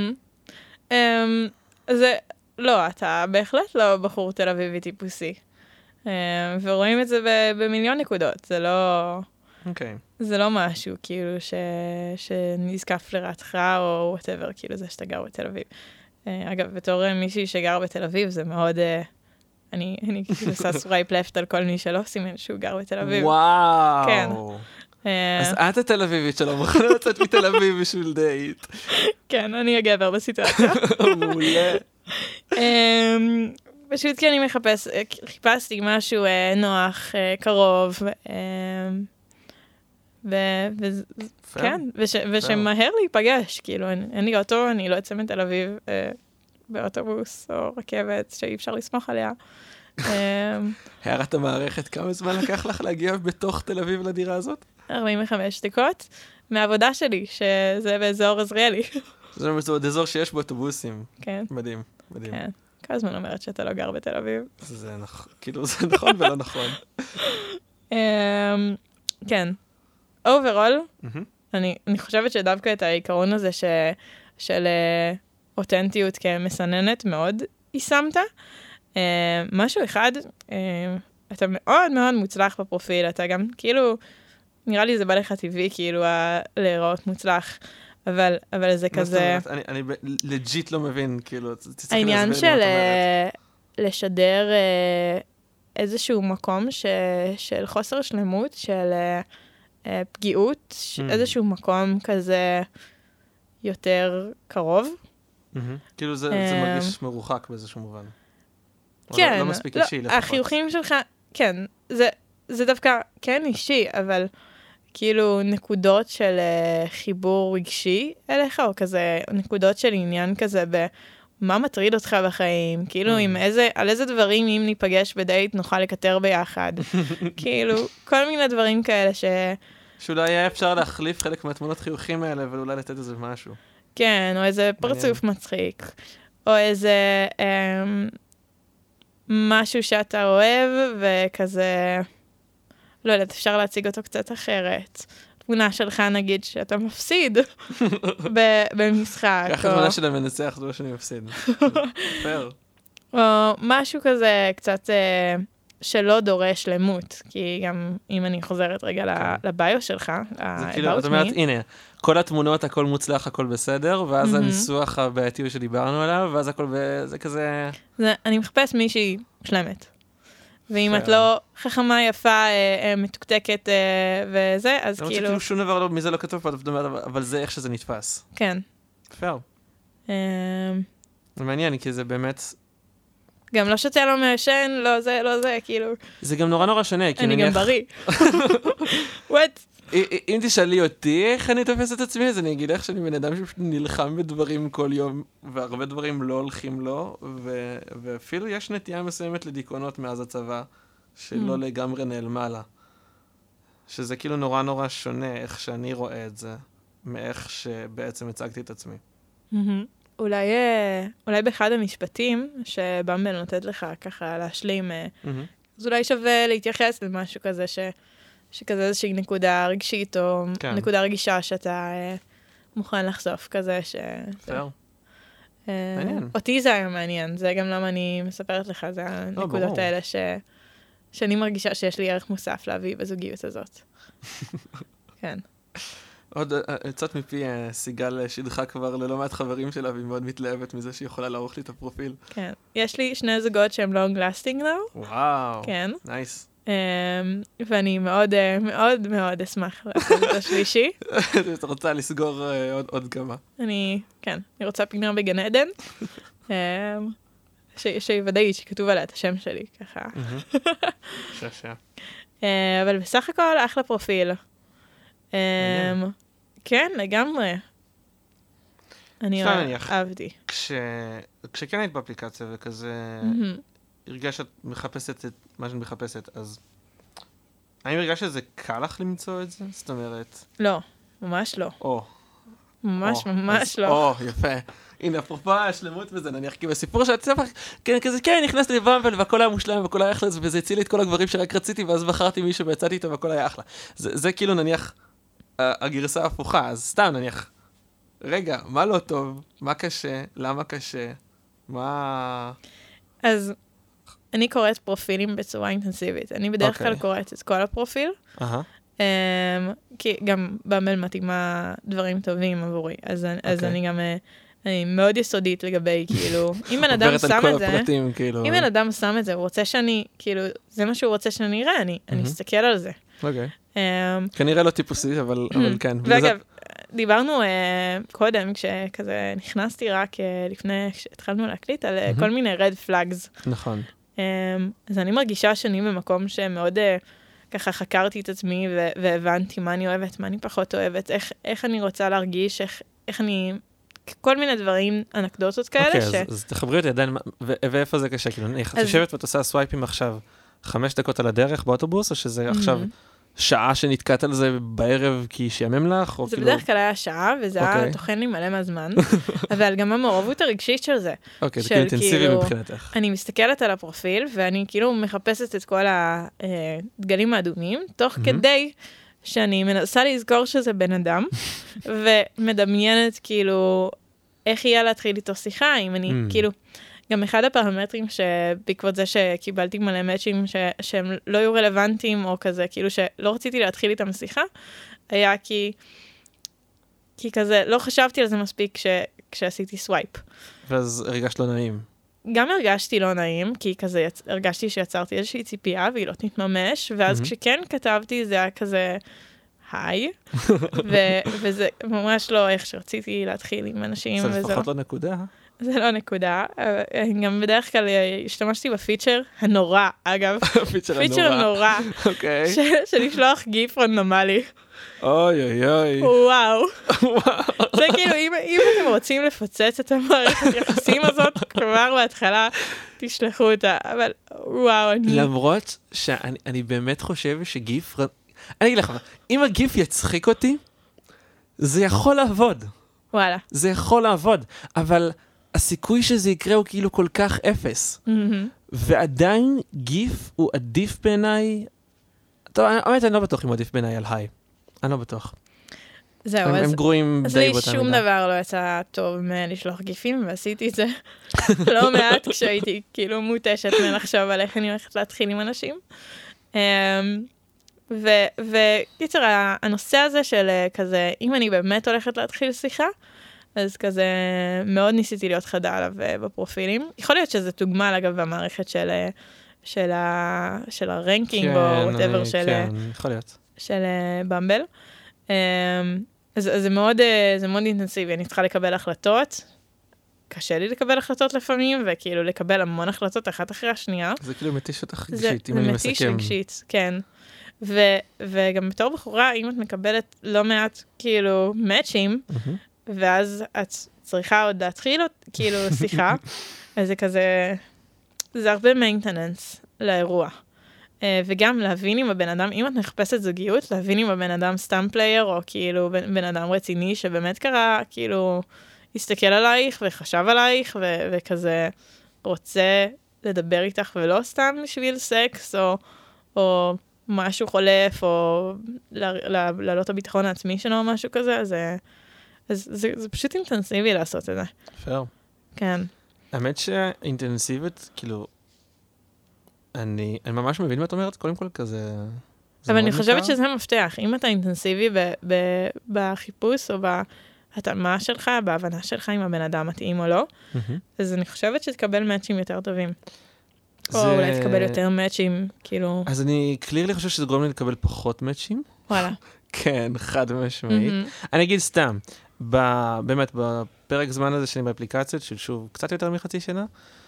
לא, אתה בהחלט לא בחור תל אביבי טיפוסי. ורואים את זה במיליון נקודות. זה לא... זה לא משהו, כאילו, שנזקף לרעתך, או whatever, כאילו, זה שאתה גר בתל אביב. אגב, בתור מישהי שגר בתל אביב, זה מאוד... אני כאילו עושה סווייפ לפט על כל מי שלא סימן שהוא גר בתל אביב. וואו! כן. אז את התל אביבית שלו, מוכנה לצאת מתל אביב בשביל דייט. כן, אני הגבר בסיטואציה. מעולה. פשוט כי אני חיפשתי משהו נוח, קרוב, כן, ושמהר להיפגש, כאילו, אין לי אוטו, אני לא אצא מתל אביב באוטובוס או רכבת שאי אפשר לסמוך עליה. הערת המערכת, כמה זמן לקח לך להגיע בתוך תל אביב לדירה הזאת? 45 דקות, מהעבודה שלי, שזה באזור עזריאלי. זה אזור שיש בו אוטובוסים. כן. מדהים, מדהים. כן. כל הזמן אומרת שאתה לא גר בתל אביב. זה נכון ולא נכון. כן. אוברול, אני חושבת שדווקא את העיקרון הזה של אותנטיות כמסננת מאוד יישמת. משהו אחד, אתה מאוד מאוד מוצלח בפרופיל, אתה גם כאילו, נראה לי זה בא לך טבעי כאילו להיראות מוצלח, אבל זה כזה... אני לג'יט לא מבין, כאילו, העניין של לשדר איזשהו מקום של חוסר שלמות, של פגיעות, איזשהו מקום כזה יותר קרוב. כאילו זה מרגיש מרוחק באיזשהו מובן. כן. לא מספיק אישי לפחות. החיוכים שלך, כן, זה דווקא כן אישי, אבל כאילו נקודות של חיבור רגשי אליך, או כזה נקודות של עניין כזה במה מטריד אותך בחיים, כאילו על איזה דברים אם ניפגש בדייט נוכל לקטר ביחד. כאילו, כל מיני דברים כאלה שאולי היה אפשר להחליף חלק מהתמונות חיוכים האלה, אבל אולי לתת איזה משהו. כן, או איזה פרצוף מצחיק, או איזה משהו שאתה אוהב, וכזה, לא יודעת, אפשר להציג אותו קצת אחרת. תמונה שלך, נגיד, שאתה מפסיד במשחק. ככה תמונה של המנצח, זה לא שאני מפסיד. פייר. או משהו כזה קצת שלא דורש למות, כי גם אם אני חוזרת רגע לביו שלך, זה כאילו, את אומרת, הנה, כל התמונות, הכל מוצלח, הכל בסדר, ואז הניסוח הבעייתי שדיברנו עליו, ואז הכל זה כזה... אני מחפש מישהי שלמת. ואם את לא חכמה, יפה, מתוקתקת וזה, אז כאילו... כאילו שום דבר מזה לא כתוב פה, אבל זה איך שזה נתפס. כן. פייר. זה מעניין, כי זה באמת... גם לא שותה לא מעשן, לא זה, כאילו... זה גם נורא נורא שונה, כי נניח... אני גם בריא. What? אם תשאלי אותי איך אני תופס את עצמי, אז אני אגיד איך שאני בן אדם שנלחם בדברים כל יום, והרבה דברים לא הולכים לו, ואפילו יש נטייה מסוימת לדיכאונות מאז הצבא, שלא לגמרי נעלמה לה. שזה כאילו נורא נורא שונה איך שאני רואה את זה, מאיך שבעצם הצגתי את עצמי. אולי באחד המשפטים שבמבל נותנת לך ככה להשלים, אז אולי שווה להתייחס למשהו כזה שכזה איזושהי נקודה רגשית או נקודה רגישה שאתה מוכן לחשוף כזה מעניין. אותי זה היה מעניין, זה גם למה אני מספרת לך, זה הנקודות האלה שאני מרגישה שיש לי ערך מוסף להביא בזוגיות הזאת. כן. עוד יצאת מפי סיגל שידחה כבר ללא מעט חברים שלה, והיא מאוד מתלהבת מזה שהיא יכולה לערוך לי את הפרופיל. כן. יש לי 2 זוגות שהם long lasting now. וואו. כן. נייס. ואני מאוד מאוד מאוד אשמח לעשות את השלישי. את רוצה לסגור עוד כמה. אני רוצה פינה בגן עדן. שוודאי שכתוב עליה את השם שלי, ככה. שעה. אבל בסך הכל אחלה פרופיל. כן, לגמרי. אני אהבתי. כשכן היית באפליקציה וכזה הרגש שאת מחפשת את מה שאת מחפשת, אז האם הרגש שזה קל לך למצוא את זה? זאת אומרת... לא, ממש לא. ממש לא. יפה. הנה, אפרופו השלמות בזה, נניח, כי בסיפור שאת ספר, כן, נכנסתי לבמבל והכל היה מושלם והכל היה אחלה, וזה הציל לי את כל הגברים שרק רציתי, ואז בחרתי מישהו ויצאתי איתו והכל היה אחלה. זה כאילו נניח הגרסה ההפוכה, אז סתם נניח, רגע, מה לא טוב? מה קשה? למה קשה? מה... אז אני קוראת פרופילים בצורה אינטנסיבית. אני בדרך כלל קוראת את כל הפרופיל, כי גם במייל מתאימה דברים טובים עבורי. אז אני גם... אני מאוד יסודית לגבי, כאילו, אם בן אדם שם את זה, אם בן אדם שם את זה, הוא רוצה שאני, כאילו, זה מה שהוא רוצה שאני אראה, אני אסתכל על זה. אוקיי. כנראה לא טיפוסי, אבל כן. ואגב, דיברנו קודם, כשכזה נכנסתי רק לפני שהתחלנו להקליט, על כל מיני red flags. נכון. אז אני מרגישה שאני במקום שמאוד ככה חקרתי את עצמי, והבנתי מה אני אוהבת, מה אני פחות אוהבת, איך אני רוצה להרגיש, איך אני... כל מיני דברים, אנקדוטות כאלה. אוקיי, אז תחברי אותי עדיין, ואיפה זה קשה? כאילו, את יושבת ואת עושה סווייפים עכשיו 5 דקות על הדרך באוטובוס, או שזה עכשיו שעה שנתקעת על זה בערב כי שיאמם לך? זה בדרך כלל היה שעה, וזה היה תוכן לי מלא מהזמן, אבל גם המעורבות הרגשית של זה. אוקיי, זה כאילו אינטנסיבי מבחינתך. אני מסתכלת על הפרופיל, ואני כאילו מחפשת את כל הדגלים האדומים, תוך כדי שאני מנסה לזכור שזה בן אדם, ומדמיינת כאילו איך יהיה להתחיל איתו שיחה, אם אני כאילו... גם אחד הפרמטרים שבעקבות זה שקיבלתי מלא מאצ'ים שהם לא היו רלוונטיים או כזה, כאילו שלא רציתי להתחיל איתם שיחה, היה כי כזה לא חשבתי על זה מספיק כשעשיתי סווייפ. ואז הרגשת לא נעים. גם הרגשתי לא נעים, כי כזה הרגשתי שיצרתי איזושהי ציפייה והיא לא תתממש, ואז כשכן כתבתי זה היה כזה היי, וזה ממש לא איך שרציתי להתחיל עם אנשים. זה לפחות לא נקודה. זה לא נקודה, גם בדרך כלל השתמשתי בפיצ'ר הנורא, אגב, פיצ'ר הנורא, של לשלוח גיף רנדומלי. אוי אוי אוי. וואו. זה כאילו, אם אתם רוצים לפוצץ את המערכת היחסים הזאת, כבר בהתחלה תשלחו אותה, אבל וואו, למרות שאני באמת חושב שגיף, אני אגיד לך, אם הגיף יצחיק אותי, זה יכול לעבוד. וואלה. זה יכול לעבוד, אבל... הסיכוי שזה יקרה הוא כאילו כל כך אפס. ועדיין גיף הוא עדיף בעיניי... טוב, האמת, אני לא בטוח אם הוא עדיף בעיניי על היי. אני לא בטוח. זהו, הם גרועים די באותה מידה. אז לי שום דבר לא יצא טוב מלשלוח גיפים, ועשיתי את זה לא מעט כשהייתי כאילו מוטשת מלחשוב על איך אני הולכת להתחיל עם אנשים. וקיצר, הנושא הזה של כזה, אם אני באמת הולכת להתחיל שיחה, אז כזה מאוד ניסיתי להיות חדה עליו בפרופילים. יכול להיות שזה תוגמל, אגב, במערכת של הרנקינג, או whatever של במבל. אז זה מאוד אינטנסיבי. אני צריכה לקבל החלטות. קשה לי לקבל החלטות לפעמים, וכאילו לקבל המון החלטות אחת אחרי השנייה. זה כאילו מתיש אותך רגשית, אם אני מסכם. זה מתיש רגשית, כן. וגם בתור בחורה, אם את מקבלת לא מעט כאילו מאצ'ים, ואז את צריכה עוד להתחיל, כאילו, שיחה, אז זה כזה, זה הרבה maintenance לאירוע. וגם להבין עם הבן אדם, אם את מחפשת זוגיות, להבין עם הבן אדם סתם פלייר, או כאילו בן אדם רציני שבאמת קרה, כאילו, הסתכל עלייך וחשב עלייך, וכזה רוצה לדבר איתך, ולא סתם בשביל סקס, או משהו חולף, או להעלות את הביטחון העצמי שלו, או משהו כזה, אז זה פשוט אינטנסיבי לעשות את זה. פייר. כן. האמת שאינטנסיבית, כאילו, אני ממש מבין מה את אומרת, קודם כל כזה... אבל אני חושבת שזה מפתח. אם אתה אינטנסיבי בחיפוש או בהתאמה שלך, בהבנה שלך אם הבן אדם מתאים או לא, אז אני חושבת שתקבל מאצ'ים יותר טובים. או אולי תקבל יותר מאצ'ים, כאילו... אז אני קלירלי חושב שזה גורם לי לקבל פחות מאצ'ים. וואלה. כן, חד משמעית. אני אגיד סתם, באמת, בפרק זמן הזה שאני באפליקציות, של שוב, קצת יותר מחצי שנה.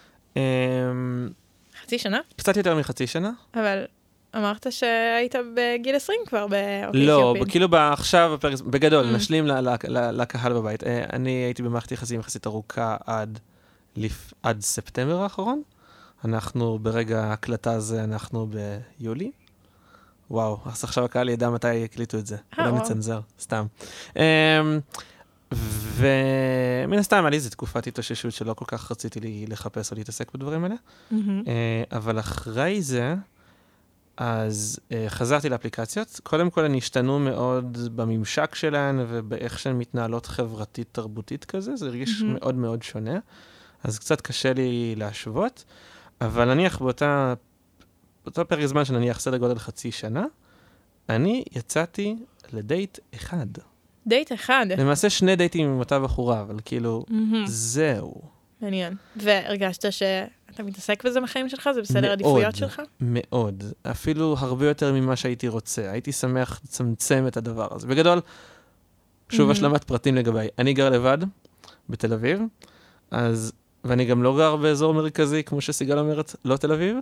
חצי שנה? קצת יותר מחצי שנה. אבל אמרת שהיית בגיל 20 כבר לא, כאילו עכשיו, בגדול, נשלים לקהל בבית. אני הייתי במערכת יחסים יחסית ארוכה עד ספטמבר האחרון. אנחנו ברגע ההקלטה הזה, אנחנו ביולי. וואו, אז עכשיו הקהל ידע מתי הקליטו את זה. לא נצנזר, סתם. ומן הסתם, עלי, זו תקופת התאוששות שלא כל כך רציתי לי לחפש או להתעסק בדברים האלה. אבל אחרי זה, אז חזרתי לאפליקציות. קודם כל, הן השתנו מאוד בממשק שלהן ובאיך שהן מתנהלות חברתית-תרבותית כזה. זה הרגיש מאוד מאוד שונה. אז קצת קשה לי להשוות. אבל נניח באותו פרק זמן שנניח סדר גודל חצי שנה, אני יצאתי לדייט אחד. דייט אחד? למעשה 2 דייטים עם אותה בחורה, אבל כאילו, זהו. מעניין. והרגשת שאתה מתעסק בזה בחיים שלך? זה בסדר עדיפויות שלך? מאוד. אפילו הרבה יותר ממה שהייתי רוצה. הייתי שמח לצמצם את הדבר הזה. בגדול, שוב השלמת פרטים לגביי. אני גר לבד, בתל אביב, ואני גם לא גר באזור מרכזי, כמו שסיגל אומרת, לא תל אביב.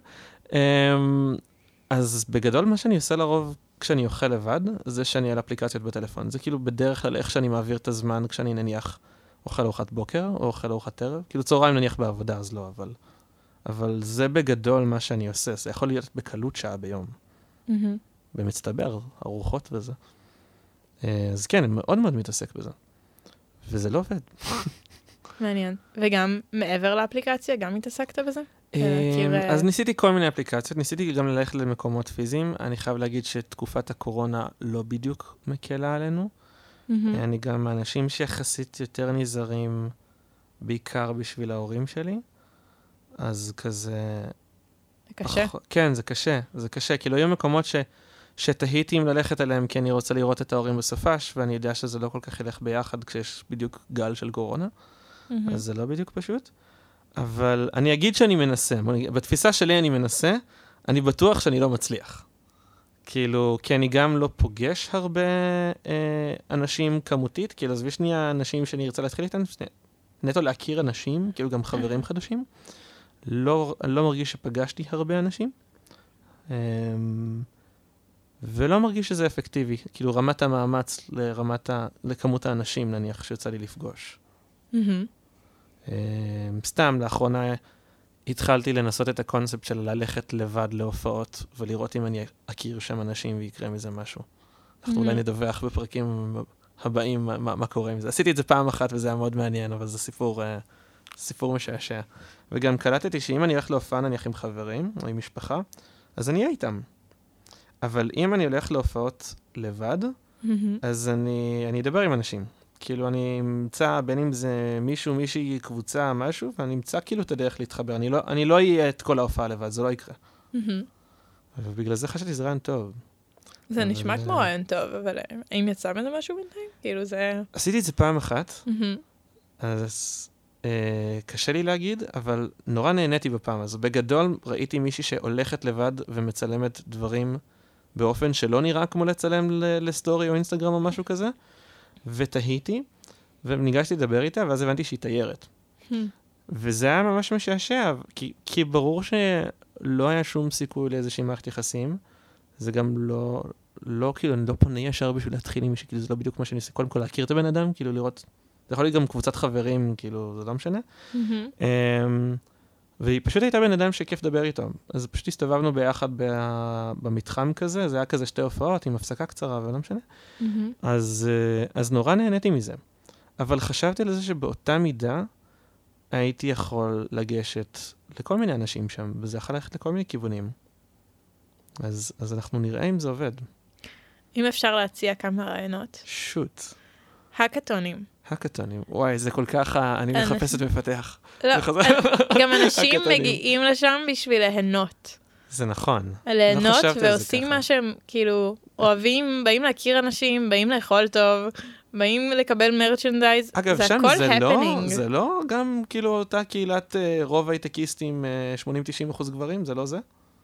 אז בגדול מה שאני עושה לרוב כשאני אוכל לבד, זה שאני על אפליקציות בטלפון. זה כאילו בדרך כלל איך שאני מעביר את הזמן כשאני נניח אוכל ארוחת בוקר, או אוכל ארוחת ערב. כאילו צהריים נניח בעבודה, אז לא, אבל זה בגדול מה שאני עושה. זה יכול להיות בקלות שעה ביום. במצטבר, ארוחות וזה. אז כן, אני מאוד מאוד מתעסק בזה. וזה לא עובד. מעניין. וגם מעבר לאפליקציה, גם התעסקת בזה? אז ניסיתי כל מיני אפליקציות, ניסיתי גם ללכת למקומות פיזיים. אני חייב להגיד שתקופת הקורונה לא בדיוק מקלה עלינו. אני גם אנשים שיחסית יותר נזרים, בעיקר בשביל ההורים שלי. אז כזה... זה קשה? כן, זה קשה. זה קשה, כאילו היו מקומות שתהיתי אם ללכת אליהם, כי אני רוצה לראות את ההורים בסופש, ואני יודע שזה לא כל כך ילך ביחד כשיש בדיוק גל של קורונה. אז זה לא בדיוק פשוט. אבל אני אגיד שאני מנסה. בתפיסה שלי אני מנסה, אני בטוח שאני לא מצליח. כאילו, כי אני גם לא פוגש הרבה אנשים כמותית, כאילו, עזבי שנייה אנשים שאני ארצה להתחיל איתם, נטו להכיר אנשים, כאילו גם חברים חדשים. לא מרגיש שפגשתי הרבה אנשים, ולא מרגיש שזה אפקטיבי, כאילו רמת המאמץ לכמות האנשים, נניח, שיוצא לי לפגוש. סתם, לאחרונה התחלתי לנסות את הקונספט של ללכת לבד להופעות, ולראות אם אני אכיר שם אנשים ויקרה מזה משהו. אנחנו אולי נדווח בפרקים הבאים מה קורה עם זה. עשיתי את זה פעם אחת וזה היה מאוד מעניין, אבל זה סיפור משעשע. וגם קלטתי שאם אני הולך להופעה נניח עם חברים או עם משפחה, אז אני אהיה איתם. אבל אם אני הולך להופעות לבד, אז אני אדבר עם אנשים. כאילו אני אמצא, בין אם זה מישהו, מישהי, קבוצה, משהו, ואני אמצא כאילו את הדרך להתחבר. אני לא אהיה את כל ההופעה לבד, זה לא יקרה. ובגלל זה חשבתי שזה רעיון טוב. זה נשמע כמו רעיון טוב, אבל האם יצא מזה משהו בינתיים? כאילו זה... עשיתי את זה פעם אחת, אז קשה לי להגיד, אבל נורא נהניתי בפעם. אז בגדול ראיתי מישהי שהולכת לבד ומצלמת דברים באופן שלא נראה כמו לצלם לסטורי או אינסטגרם או משהו כזה, ותהיתי, וניגשתי לדבר איתה, ואז הבנתי שהיא תיירת. וזה היה ממש משעשע, כי ברור שלא היה שום סיכוי לאיזושהי מערכת יחסים, זה גם לא כאילו, אני לא פונה ישר בשביל להתחיל עם מישהו, כאילו זה לא בדיוק מה שאני עושה, קודם כל להכיר את הבן אדם, כאילו לראות, זה יכול להיות גם קבוצת חברים, כאילו, זה לא משנה. והיא פשוט הייתה בן אדם שכיף לדבר איתו. אז פשוט הסתובבנו ביחד במתחם כזה, זה היה כזה 2 הופעות עם הפסקה קצרה, אבל לא משנה. אז נורא נהניתי מזה. אבל חשבתי על זה שבאותה מידה הייתי יכול לגשת לכל מיני אנשים שם, וזה יכול ללכת לכל מיני כיוונים. אז אנחנו נראה אם זה עובד. אם אפשר להציע כמה רעיונות. שוט. הקטונים. הקטונים. וואי, זה כל כך, אני מחפשת מפתח. לא, גם אנשים מגיעים לשם בשביל ליהנות. זה נכון. ליהנות ועושים מה שהם כאילו אוהבים, באים להכיר אנשים, באים לאכול טוב, באים לקבל מרצ'נדייז. אגב, שם זה לא גם כאילו אותה קהילת רוב הייטקיסטים 80-90% גברים, זה לא זה?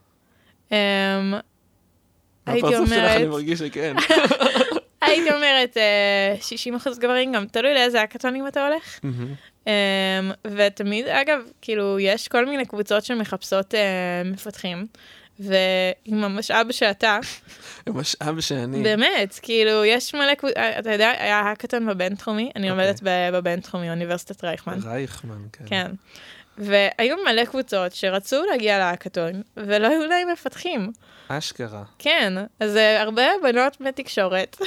הפרצוף שלך אני מרגיש שכן. הייתי אומרת 60% גברים, גם תלוי לאיזה הקטונים אתה הולך. ותמיד, אגב, כאילו, יש כל מיני קבוצות שמחפשות מפתחים, ועם המשאב שאתה... המשאב שאני... באמת, כאילו, יש מלא קבוצות, אתה יודע, היה הקטון בבינתחומי, אני לומדת בבינתחומי, אוניברסיטת רייכמן. רייכמן, כן. כן. והיו מלא קבוצות שרצו להגיע להקטון, ולא היו להם מפתחים. אשכרה. כן, אז הרבה בנות בתקשורת.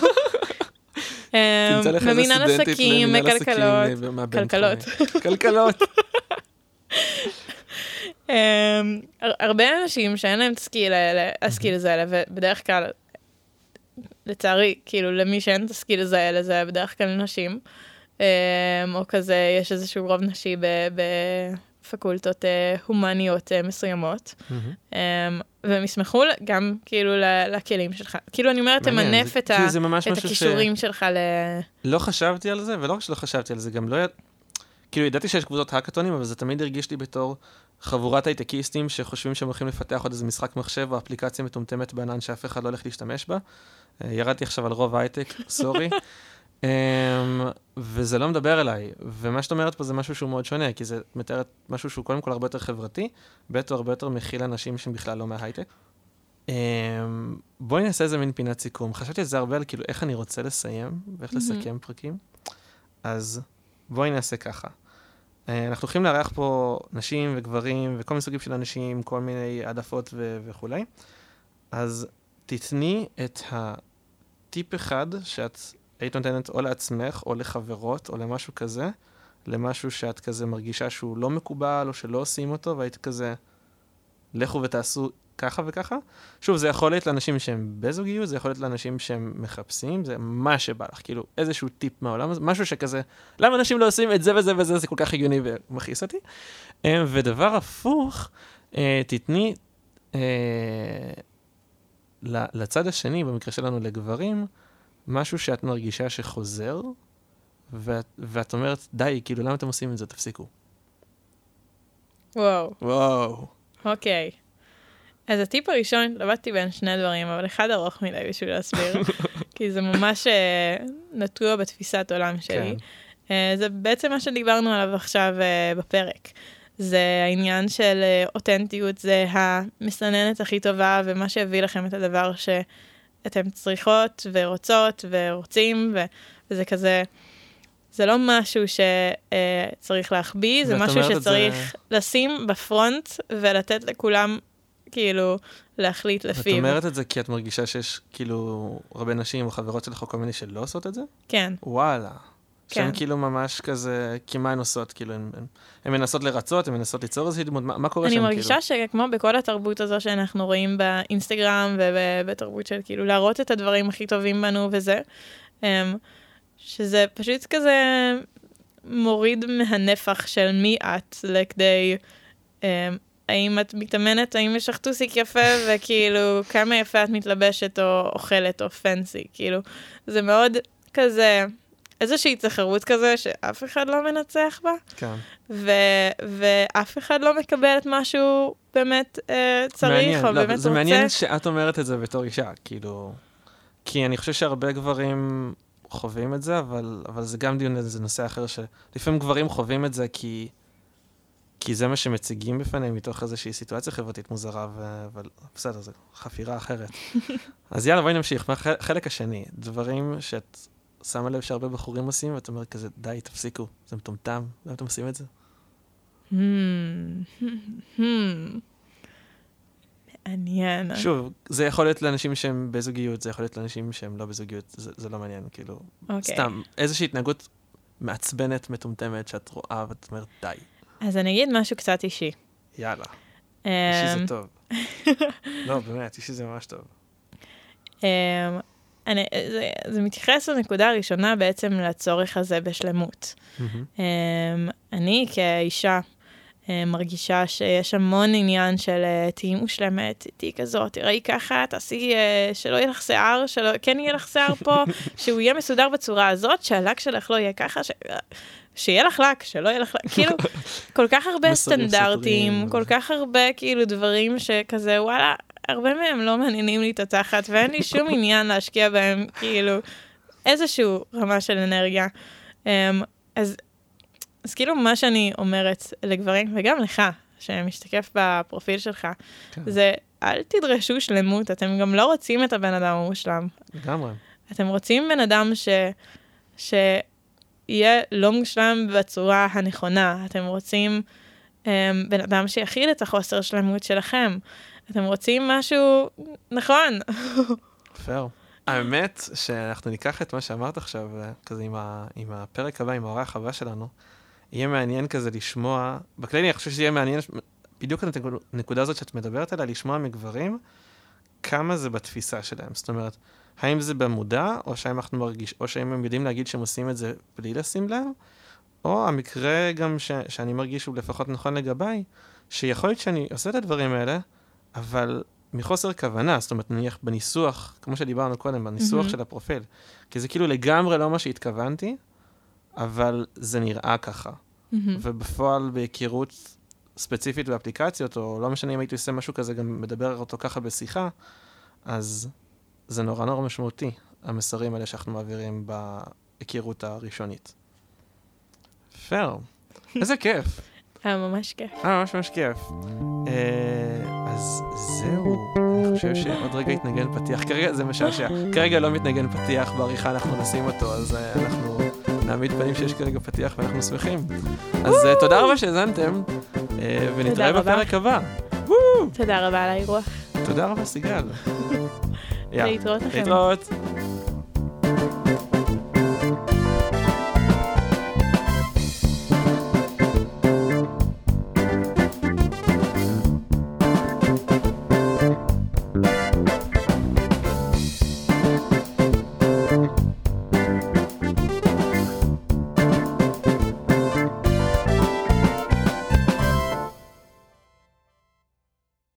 ממינהל עסקים, כלכלות. כלכלות. הרבה אנשים שאין להם הסקיל הזה, ובדרך כלל, לצערי, כאילו למי שאין את הסקיל הזה, זה בדרך כלל נשים, או כזה, יש איזשהו רוב נשי בפקולטות הומניות מסוימות, והם ישמחו גם כאילו לכלים שלך. כאילו אני אומרת, תמנף את הכישורים שלך לא חשבתי על זה, ולא רק שלא חשבתי על זה, גם לא... כאילו ידעתי שיש קבוצות האקתונים, אבל זה תמיד הרגיש לי בתור חבורת הייטקיסטים שחושבים שהם הולכים לפתח עוד איזה משחק מחשב או אפליקציה מטומטמת בענן שאף אחד לא הולך להשתמש בה. ירדתי עכשיו על רוב ההייטק, סורי. וזה לא מדבר אליי, ומה שאת אומרת פה זה משהו שהוא מאוד שונה, כי זה מתאר משהו שהוא קודם כל הרבה יותר חברתי, הרבה יותר מכיל אנשים שהם בכלל לא מההייטק. בואי נעשה איזה מין פינת סיכום. חשבתי על זה הרבה על כאילו איך אני רוצה לסיים, ואיך לסכם פרקים. אז בואי נעשה ככה. אנחנו הולכים לארח פה נשים וגברים, וכל מיני סוגים של אנשים, כל מיני העדפות וכו'. אז תתני את הטיפ אחד שאת היית נותנת או לעצמך, או לחברות, או למשהו כזה, למשהו שאת כזה מרגישה שהוא לא מקובל, או שלא עושים אותו, והיית כזה, לכו ותעשו ככה וככה. שוב, זה יכול להיות לאנשים שהם בזוגיות, זה יכול להיות לאנשים שהם מחפשים, זה מה שבא לך, כאילו איזשהו טיפ מהעולם הזה, משהו שכזה, למה אנשים לא עושים את זה וזה וזה, זה כל כך הגיוני ומכעיס אותי. ודבר הפוך, תתני לצד השני, במקרה שלנו לגברים, משהו שאת מרגישה שחוזר, ואת אומרת, די, כאילו, למה אתם עושים את זה? תפסיקו. וואו. אוקיי. אז הטיפ הראשון, לבדתי בין שני דברים, אבל אחד ארוך מדי בשביל להסביר, כי זה ממש נטוע בתפיסת עולם שלי. זה בעצם מה שדיברנו עליו עכשיו בפרק. זה העניין של אותנטיות, זה המסננת הכי טובה, ומה שהביא לכם את הדבר שאתם צריכות ורוצות ורוצים, וזה כזה, זה לא משהו שצריך להחביא, זה משהו שצריך לשים בפרונט ולתת לכולם כאילו להחליט לפיו. ואת אומרת את זה כי את מרגישה שיש כאילו הרבה נשים או חברות שלך או כל מיני שלא עושות את זה? כן. וואלה. שהן כאילו ממש כזה, כי מה הן עושות? כאילו, הן מנסות לרצות, הן מנסות ליצור איזושהי דמות, מה קורה שם? אני מרגישה שכמו בכל התרבות הזו שאנחנו רואים באינסטגרם ובתרבות של כאילו להראות את הדברים הכי טובים בנו וזה, שזה פשוט כזה מוריד מהנפח של מי את לכדי האם את מתאמנת, האם יש לך טוסיק יפה וכאילו כמה יפה את מתלבשת או אוכלת או פנסי, כאילו זה מאוד כזה איזושהי תחרות כזה שאף אחד לא מנצח בה. כן. ואף אחד לא מקבל את משהו באמת צריך או באמת רוצה. זה מעניין שאת אומרת את זה בתור אישה, כאילו, כי אני חושב שהרבה גברים חווים את זה, אבל זה גם דיון, זה נושא אחר שלפעמים גברים חווים את זה כי זה מה שמציגים בפניהם מתוך איזושהי סיטואציה חברתית מוזרה, אבל בסדר, זה חפירה אחרת. אז יאללה, בואי נמשיך. מהחלק השני, דברים שאת שמה לב שהרבה בחורים עושים, ואתה אומר כזה, די, תפסיקו, זה מטומטם, למה אתם עושים את זה? מעניין. שוב, זה יכול להיות לאנשים שהם בזוגיות, זה יכול להיות לאנשים שהם לא בזוגיות, זה לא מעניין, כאילו, סתם, איזושהי התנהגות מעצבנת, מטומטמת, שאת רואה ואת אומרת, די. אז אני אגיד משהו קצת אישי. יאללה. אישי זה טוב. לא, באמת, אישי זה ממש טוב. זה מתייחס לנקודה הראשונה בעצם לצורך הזה בשלמות. אני כאישה מרגישה שיש המון עניין של תהי מושלמת, תהי כזאת, תראי ככה, תעשי שלא יהיה לך שיער, כן יהיה לך שיער פה, שהוא יהיה מסודר בצורה הזאת, שהלק שלך לא יהיה ככה, שיהיה לך לק, שלא יהיה לך לק, כאילו, כל כך הרבה סטנדרטים, כל כך הרבה כאילו דברים שכזה, וואלה, הרבה מהם לא מעניינים לי את התחת, ואין לי שום עניין להשקיע בהם, כאילו, איזשהו רמה של אנרגיה. אז כאילו מה שאני אומרת לגברים, וגם לך, שמשתקף בפרופיל שלך, זה, אל תדרשו שלמות, אתם גם לא רוצים את הבן אדם המושלם. לגמרי. אתם רוצים בן אדם שיהיה לא מושלם בצורה הנכונה. אתם רוצים בן אדם שיכיל את החוסר שלמות שלכם. אתם רוצים משהו נכון. פייר. האמת שאנחנו ניקח את מה שאמרת עכשיו, כזה עם הפרק הבא, עם האורח הבא שלנו, יהיה מעניין כזה לשמוע, בכללי אני חושב שזה יהיה מעניין, בדיוק את הנקודה הזאת שאת מדברת עליה, לשמוע מגברים, כמה זה בתפיסה שלהם. זאת אומרת, האם זה במודע, או שהאם הם יודעים להגיד שהם עושים את זה בלי לשים לב, או המקרה גם שאני מרגיש שהוא לפחות נכון לגביי, שיכול להיות שאני עושה את הדברים האלה, אבל מחוסר כוונה, זאת אומרת, נניח בניסוח, כמו שדיברנו קודם, בניסוח של הפרופיל, כי זה כאילו לגמרי לא מה שהתכוונתי, אבל זה נראה ככה. ובפועל בהיכרות ספציפית באפליקציות, או לא משנה אם הייתי עושה משהו כזה, גם מדבר אותו ככה בשיחה, אז זה נורא נורא משמעותי, המסרים האלה שאנחנו מעבירים בהיכרות הראשונית. פייר. איזה כיף. ממש כיף. ממש כיף. אז זהו, אני חושב שעוד רגע יתנגן פתיח, כרגע זה משעשע, כרגע לא מתנגן פתיח, בעריכה אנחנו נשים אותו, אז אנחנו נעמיד פנים שיש כרגע פתיח ואנחנו שמחים. אז תודה רבה שהזנתם, ונתראה בפרק הבא. תודה רבה על האירוח. תודה רבה סיגל. להתראות לכם. להתראות.